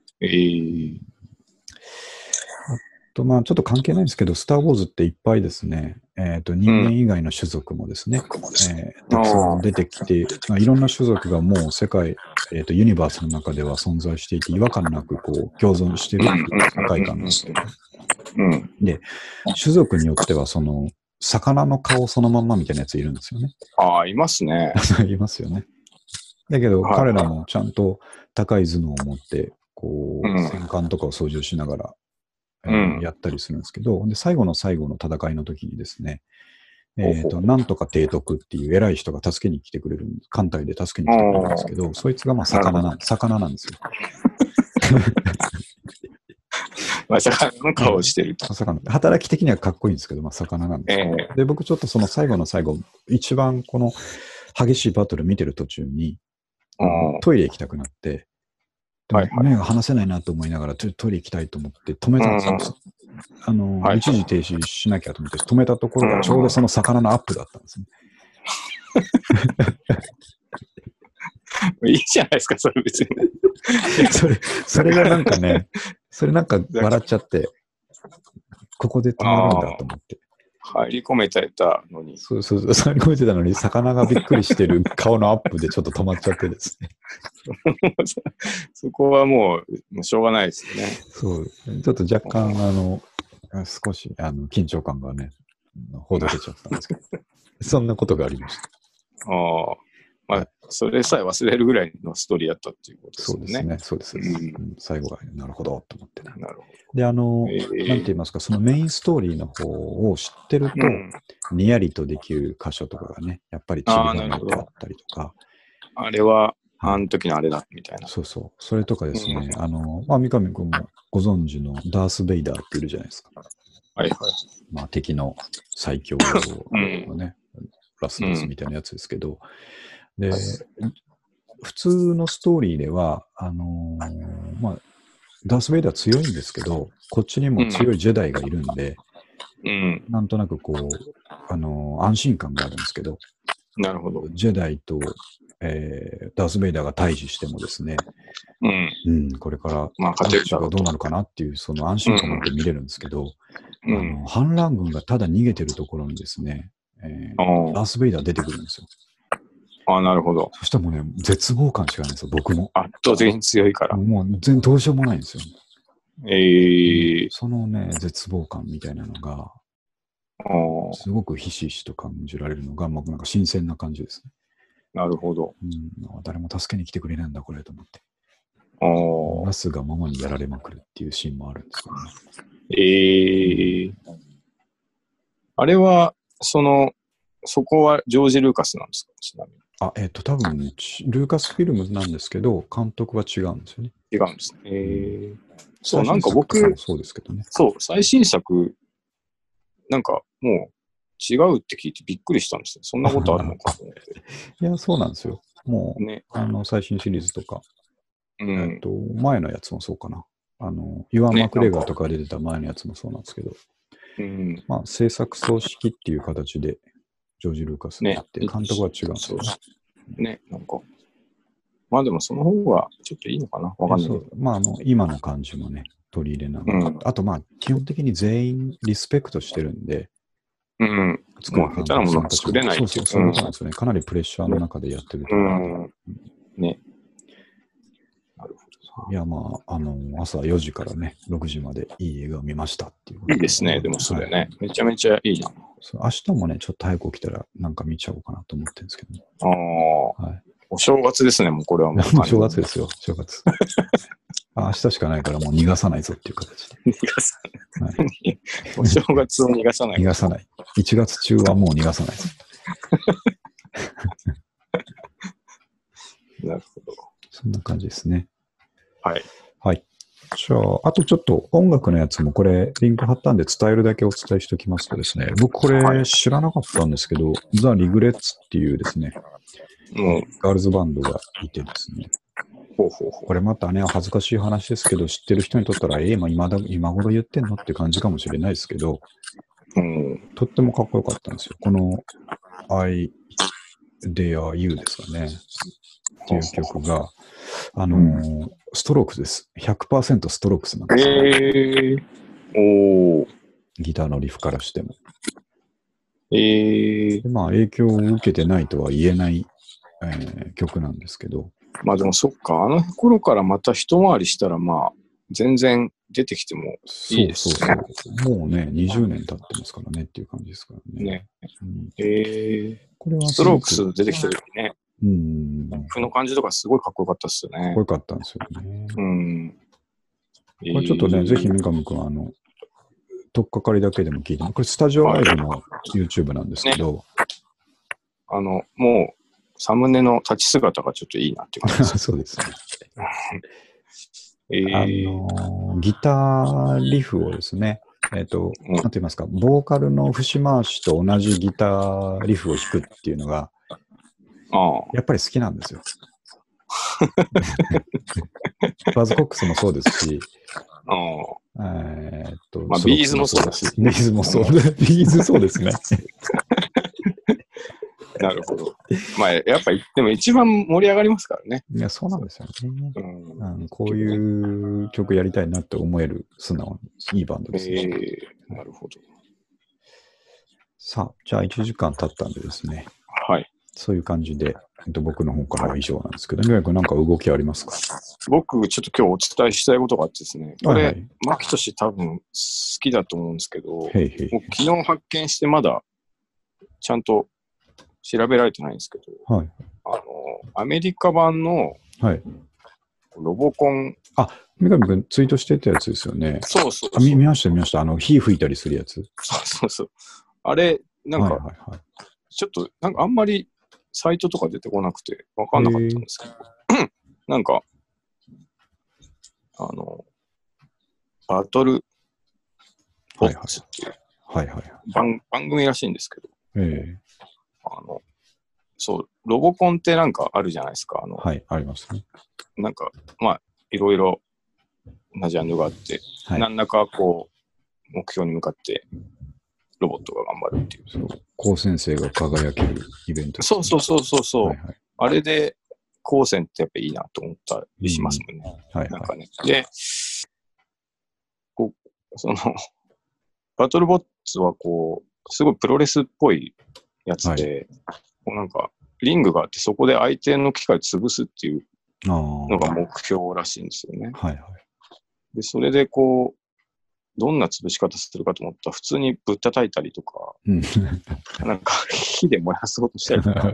ちょっと関係ないんですけど、スター・ウォーズっていっぱいですね、人間以外の種族もですね、たくさん出てきて、いろんな種族がもう世界、ユニバースの中では存在していて、違和感なくこう共存している世界観なんですよ。で、種族によっては、魚の顔そのまんまみたいなやついるんですよね。 いますね。 いますよね。だけど、彼らもちゃんと高い頭脳を持って、こう、戦艦とかを操縦しながら、やったりするんですけど、で、最後の最後の戦いの時にですね、なんとか提督っていう偉い人が助けに来てくれる、艦隊で助けに来てくれるんですけど、そいつが魚なんですよ。 魚の顔をしてると。 働き的にはかっこいいんですけど、魚なんですよ。で、僕ちょっとその最後の最後、一番この激しいバトル見てる途中に、トイレ行きたくなって、目が離せないなと思いながらトイレ行きたいと思って止めたんですよ。一時停止しなきゃと思って止めたところがちょうどその魚のアップだったんですね。 いいじゃないですか、それ別に。 それがなんかね、それなんか笑っちゃって、ここで止まるんだと思って。 入り込めてたのに。 そう、入り込めてたのに、魚がびっくりしてる顔のアップでちょっと止まっちゃってですね。 そこはもうしょうがないですよね。 そう。ちょっと若干、少し、緊張感がね、ほどけちゃったんですけど、そんなことがありました。 まあ、それさえ忘れるぐらいのストーリーだったっていうことですね。 そうですね。最後は、なるほど、と思ってね。 なるほど。 で、なんて言いますか、そのメインストーリーの方を知ってると、にやりとできる箇所とかがね、やっぱりちりばめてあったりとか。 あれは、あの時のあれだ、みたいな。 そう。それとかですね、三上君もご存知のダース・ベイダーっているじゃないですか。 はいはい。 まあ、敵の最強のね、ラスボスみたいなやつですけど、で、普通のストーリーでは、まあ、ダース・ベイダー強いんですけど、こっちにも強いジェダイがいるんで、なんとなくこう、安心感があるんですけど、 なるほど。 ジェダイと、ダース・ベイダーが対峙してもですね、これから勝てるがどうなるかなっていう、その安心感を持って見れるんですけど、反乱軍がただ逃げてるところにですね、ダース・ベイダー出てくるんですよ。 なるほど。 そしたらもうね、絶望感しかないんですよ、僕も。 圧倒的に強いから。 もう全然どうしようもないんですよ。そのね、絶望感みたいなのが、すごくひしひしと感じられるのが、なんか新鮮な感じですね。 なるほど。 誰も助けに来てくれないんだ、これと思って。ラスがママにやられまくるっていうシーンもあるんですけどね。 あれは、そこはジョージ・ルーカスなんですか、ちなみに。 多分、ルーカスフィルムなんですけど、監督は違うんですよね。 違うんですね。そう、なんか僕、 そうですけどね。 そう、最新作、なんかもう違うって聞いてびっくりしたんですよ。そんなことあるのかと思って。 いや、そうなんですよ。もう、ね、最新シリーズとか、前のやつもそうかな。イワン・マクレガーとか出てた前のやつもそうなんですけど、まあ、制作総指揮っていう形で、ジョージ・ルーカスがやって、監督は違うんですよね。なんか。まあでもその方がちょっといいのかな、わかんないけど。 まあ、今の感じもね、取り入れながら。あと、まあ、基本的に全員リスペクトしてるんで、 作る下手なものが作れないっていう。 そういうことなんですよね。かなりプレッシャーの中でやってると思う。 ね。なるほど。 いや、まあ、朝4時からね、6時までいい映画を見ましたっていう。 いいですね、でもそれね。めちゃめちゃいいな。 明日もね、ちょっと早く起きたらなんか見ちゃおうかなと思ってるんですけどね。 お正月ですね、もうこれはもう。 正月ですよ、正月。明日しかないからもう逃がさないぞっていう形で。 逃がさない。お正月を逃がさない。 逃がさない。1月中はもう逃がさないぞ。 なるほど。 そんな感じですね。 はい。 はい。じゃあ、あとちょっと音楽のやつもこれ、リンク貼ったんで伝えるだけお伝えしておきますとですね、僕これ知らなかったんですけど、ザ・リグレッツっていうですね、ガールズバンドがいてですね、これまたね、恥ずかしい話ですけど、知ってる人にとったら、今頃言ってんのって感じかもしれないですけど、とってもかっこよかったんですよ。この I Dare You ですかね。っていう曲が、ストロークスです。100% ストロークスなんですよ。ギターのリフからしても。まあ、影響を受けてないとは言えない、曲なんですけど。 まあでもそっか、あの頃からまた一回りしたら、まあ、全然出てきてもいいですね。 もうね、20年経ってますからねっていう感じですからね。 これはストロークス出てきた時ね。この感じとかすごいかっこよかったっすよね。 かっこよかったんですよね。これちょっとね、ぜひ三上君、とっかかりだけでも聞いても、これスタジオライブの YouTube なんですけど、 もうサムネの立ち姿がちょっといいなって感じです。 そうですね。ギターリフをですね、なんて言いますか、ボーカルの節回しと同じギターリフを弾くっていうのが、やっぱり好きなんですよ。バズコックスもそうですし、 ビーズもそうだし。 ビーズもそう。ビーズそうですね。 なるほど。まあ、やっぱ、でも一番盛り上がりますからね。 いや、そうなんですよね。こういう曲やりたいなって思える素直にいいバンドですね。 なるほど。 さあ、じゃあ1時間経ったんでですね。 はい。 そういう感じで、僕の方からは以上なんですけど、宮城君なんか動きありますか？ 僕、ちょっと今日お伝えしたいことがあってですね、これ、マキトシ多分好きだと思うんですけど、 へいへい、 僕昨日発見してまだちゃんと調べられてないんですけど、 はい、 アメリカ版のロボコン。 あ、三上君ツイートしてたやつですよね。 そうそう見ました。火吹いたりするやつ。 そう。あれ、なんか、ちょっと、なんかあんまりサイトとか出てこなくて分かんなかったんですけど、なんか、バトルボッツっていう番組らしいんですけど、そう、ロボコンってなんかあるじゃないですか。 はい、ありますね。 なんか、まあ、いろいろなジャンルがあって、何らかこう、目標に向かって、ロボットが頑張るっていう。 そう、高専生が輝けるイベント、ね。 そう。あれで、高専ってやっぱいいなと思ったりしますもんね。なんかね。で、こう、バトルボッツはこう、すごいプロレスっぽいやつで、こうなんか、リングがあって、そこで相手の機械を潰すっていうのが目標らしいんですよね。で、それでこう、どんな潰し方するかと思ったら、普通にぶったたいたりとか、なんか火で燃やそうとしたりとか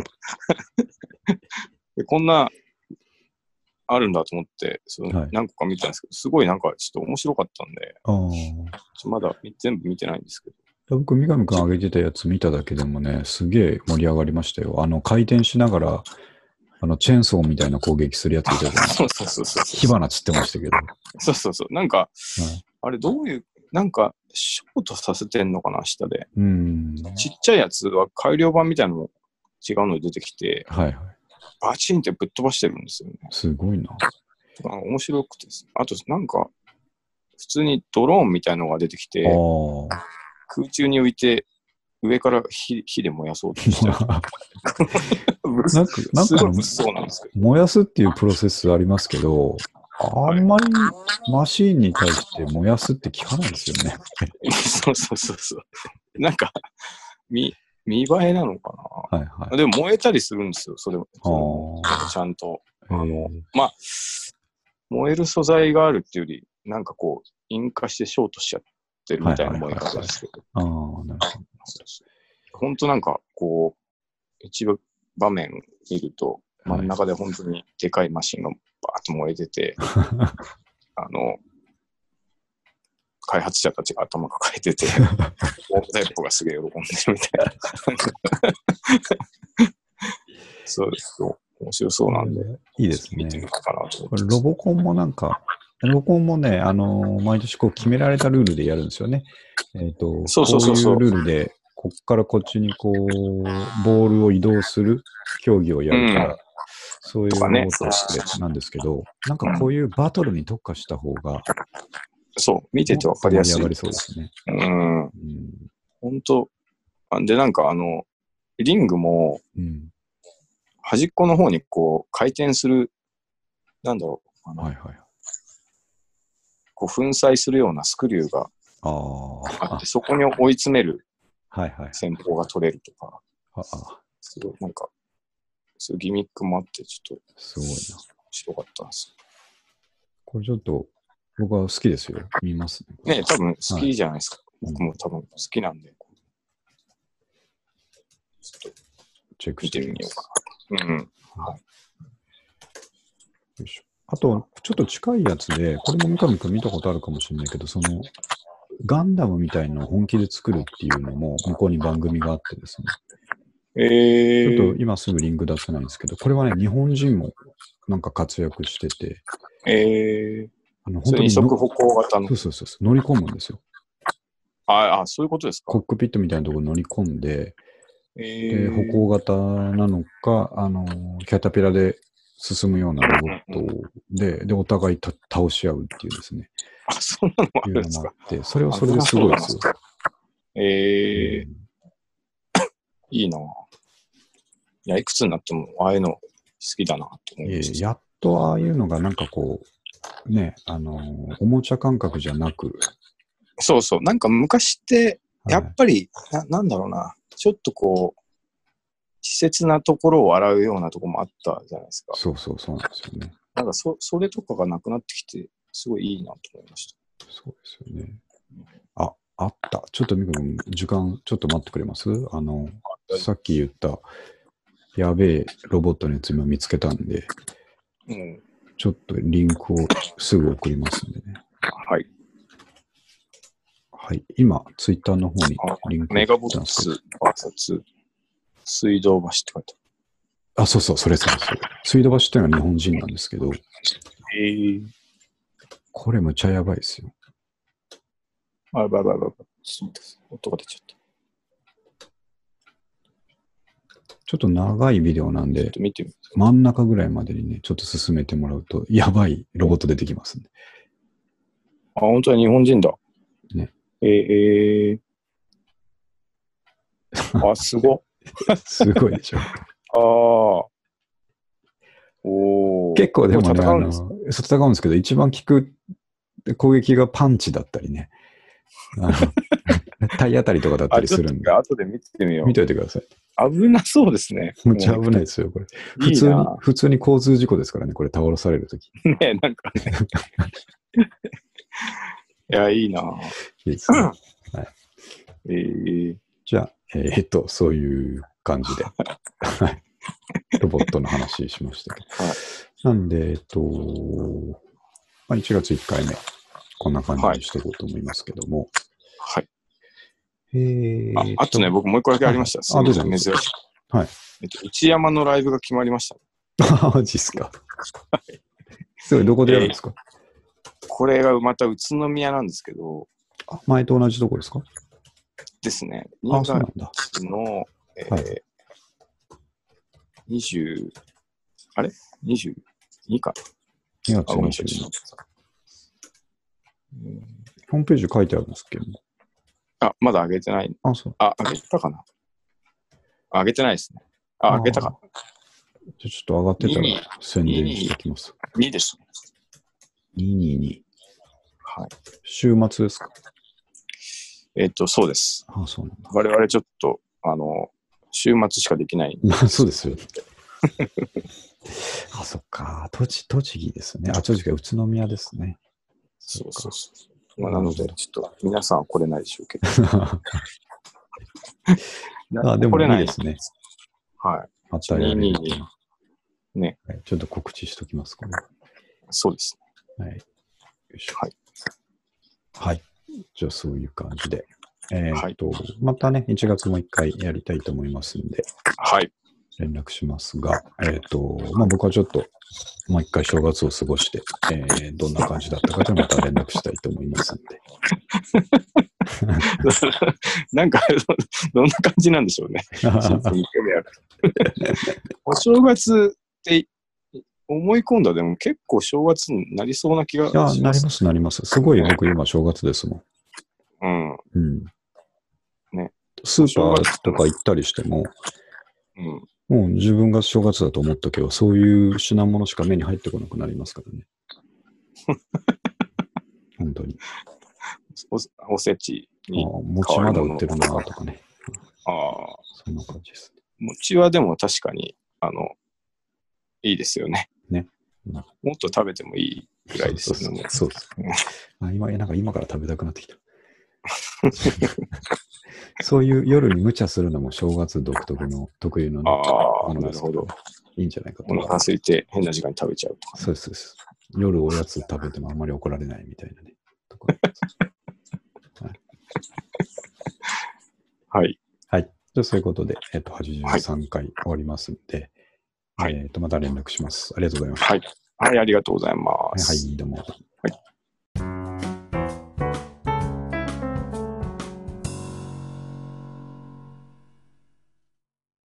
で、こんなあるんだと思って、何個か見たんですけど、すごいなんかちょっと面白かったんで、まだ全部見てないんですけど。 僕、三上君上げてたやつ見ただけでもね、すげえ盛り上がりましたよ。回転しながら、チェーンソーみたいな攻撃するやついたじゃないですか。火花散ってましたけど。 そう。なんか、あれどういう、なんか、ショートさせてんのかな、下で。ちっちゃいやつは改良版みたいなのも違うので出てきて、バチンってぶっ飛ばしてるんですよね。 すごいな。 面白くてですね。あと、なんか、普通にドローンみたいなのが出てきて、空中に浮いて、上から火で燃やそうとしてる。なんかそうなんですけど。 燃やすっていうプロセスありますけど、あんまりマシーンに対して燃やすって聞かないですよね。 そう。なんか、見栄えなのかな。でも燃えたりするんですよ、それも。ちゃんと。まあ、燃える素材があるっていうより、なんかこう、引火してショートしちゃってるみたいな燃え方ですけど。本当なんか、こう、一場面見ると、真ん中で本当にでかいマシンがバーッと燃えてて、開発者たちが頭抱えてて、モータイプがすげえ喜んでるみたいな。そうですよ。面白そうなんで。 いいですね。 見てみようかなと思って。 ロボコンもなんか、ロボコンもね、毎年こう決められたルールでやるんですよね。こういうルールで、こっからこっちにこう、ボールを移動する競技をやるから、そういうロボットなんですけど、なんかこういうバトルに特化した方が、 見ててわかりやすい。 盛り上がりそうですね。 本当。で、なんかリングも、端っこの方にこう、回転する、なんだろう。こう、粉砕するようなスクリューがあって、そこに追い詰める戦法が取れるとか、すごい、なんか、そういうギミックもあって、ちょっと、 すごいな。 面白かったんです。 これちょっと、僕は好きですよ。見ますね。多分好きじゃないですか。僕も多分好きなんで。ちょっと、 チェックしてみようかな。 よいしょ。あと、ちょっと近いやつで、これも三上君見たことあるかもしれないけど、ガンダムみたいのを本気で作るっていうのも、向こうに番組があってですね。ちょっと今すぐリンク出せないんですけど、これはね、日本人もなんか活躍してて、 本当に二足歩行型の。 そう。乗り込むんですよ。 そういうことですか。 コックピットみたいなところに乗り込んで、で歩行型なのか、キャタピラで進むようなロボットで、お互い倒し合うっていうですね。 そんなのもあるんですか。 それはそれですごいですよ。 いいな。 いや、いくつになっても、ああいうの好きだなと思いました。 やっとああいうのがなんかこう、ね、おもちゃ感覚じゃなく。 そうそう。なんか昔って、やっぱり、なんだろうな。ちょっとこう、稚拙なところを洗うようなところもあったじゃないですか。 そうそうそうなんですよね。 なんかそれとかがなくなってきて、すごいいいなと思いました。 そうですよね。あった。ちょっとミク君、時間ちょっと待ってくれます？さっき言った、やべえロボットのやつ今見つけたんで、ちょっとリンクをすぐ送りますんでね。 はい。 はい。今、ツイッターの方にリンクメガボックス VS 水道橋って書いてある。そうそう、それそうです。水道橋っていうのは日本人なんですけど、これむちゃやばいですよ。 やばい。音が出ちゃった。 ちょっと長いビデオなんで、 見てみて真ん中ぐらいまでにね、ちょっと進めてもらうと、やばいロボット出てきますんで。 本当は日本人だ。 ね。 すご。 すごいでしょ。結構でもね、戦うんですけど、一番効く攻撃がパンチだったりね。体当たりとかだったりするんで。 後で見てみよう。 見といてください。 危なそうですね。 むちゃ危ないですよ、これ。普通に交通事故ですからね、これ倒らされるとき。 ねなんかね。いや、いいな。 いいですね。はい。じゃあ、そういう感じで。ロボットの話しましたけど。なんで、1月1回目、こんな感じにしていこうと思いますけども。 はい。あとね、僕もう一個だけありました。すみません、珍しく。 はい。 内山のライブが決まりました。 マジっすか。すごい、どこでやるんですか？ これがまた宇都宮なんですけど。 前と同じとこですか？ ですね。 そうなんだ。 の、20、あれ ?22 か。 2月22。ホームページ書いてあるんですけども。 まだ上げてない。 そう。 上げたかな？上げてないですね。上げたかな。 じゃちょっと上がってたら宣伝しておきます。 2です。 222。 はい。 週末ですか？ そうです。 そうなんだ。 我々ちょっと、週末しかできない。 そうですよ。そっか。栃木ですね。栃木は宇都宮ですね。 そう。なので、ちょっと皆さんは来れないでしょうけど。 でもいいですね。 はい。 またやれるね。 ちょっと告知しときます、これ。 そうですね。はい。よいしょ。 はい。 はい。じゃあ、そういう感じで。またね、1月も1回やりたいと思いますんで。 はい。 連絡しますが、僕はちょっと、もう1回正月を過ごして、どんな感じだったかでまた連絡したいと思いますんで。 なんか、どんな感じなんでしょうね。お正月って思い込んだでも結構正月になりそうな気がします。 なります。すごい僕今正月ですもん。ね。スーパーとか行ったりしても、もう自分が正月だと思っとけば、そういう品物しか目に入ってこなくなりますからね。本当に。 おせちに。 餅まだ売ってるなとかね。そんな感じです。 餅はでも確かに、いいですよね。 ね。 もっと食べてもいいぐらいですよね。 そうです。今から食べたくなってきた。そういう夜に無茶するのも正月特有のね。 なるほど。 いいんじゃないかと。 お腹空いて変な時間に食べちゃうとか。 そうです。夜おやつ食べてもあんまり怒られないみたいなね。 はい。 はい。じゃあそういうことで、83回終わりますので、また連絡します。ありがとうございます。 はい。ありがとうございます。 はい、どうも。 はい。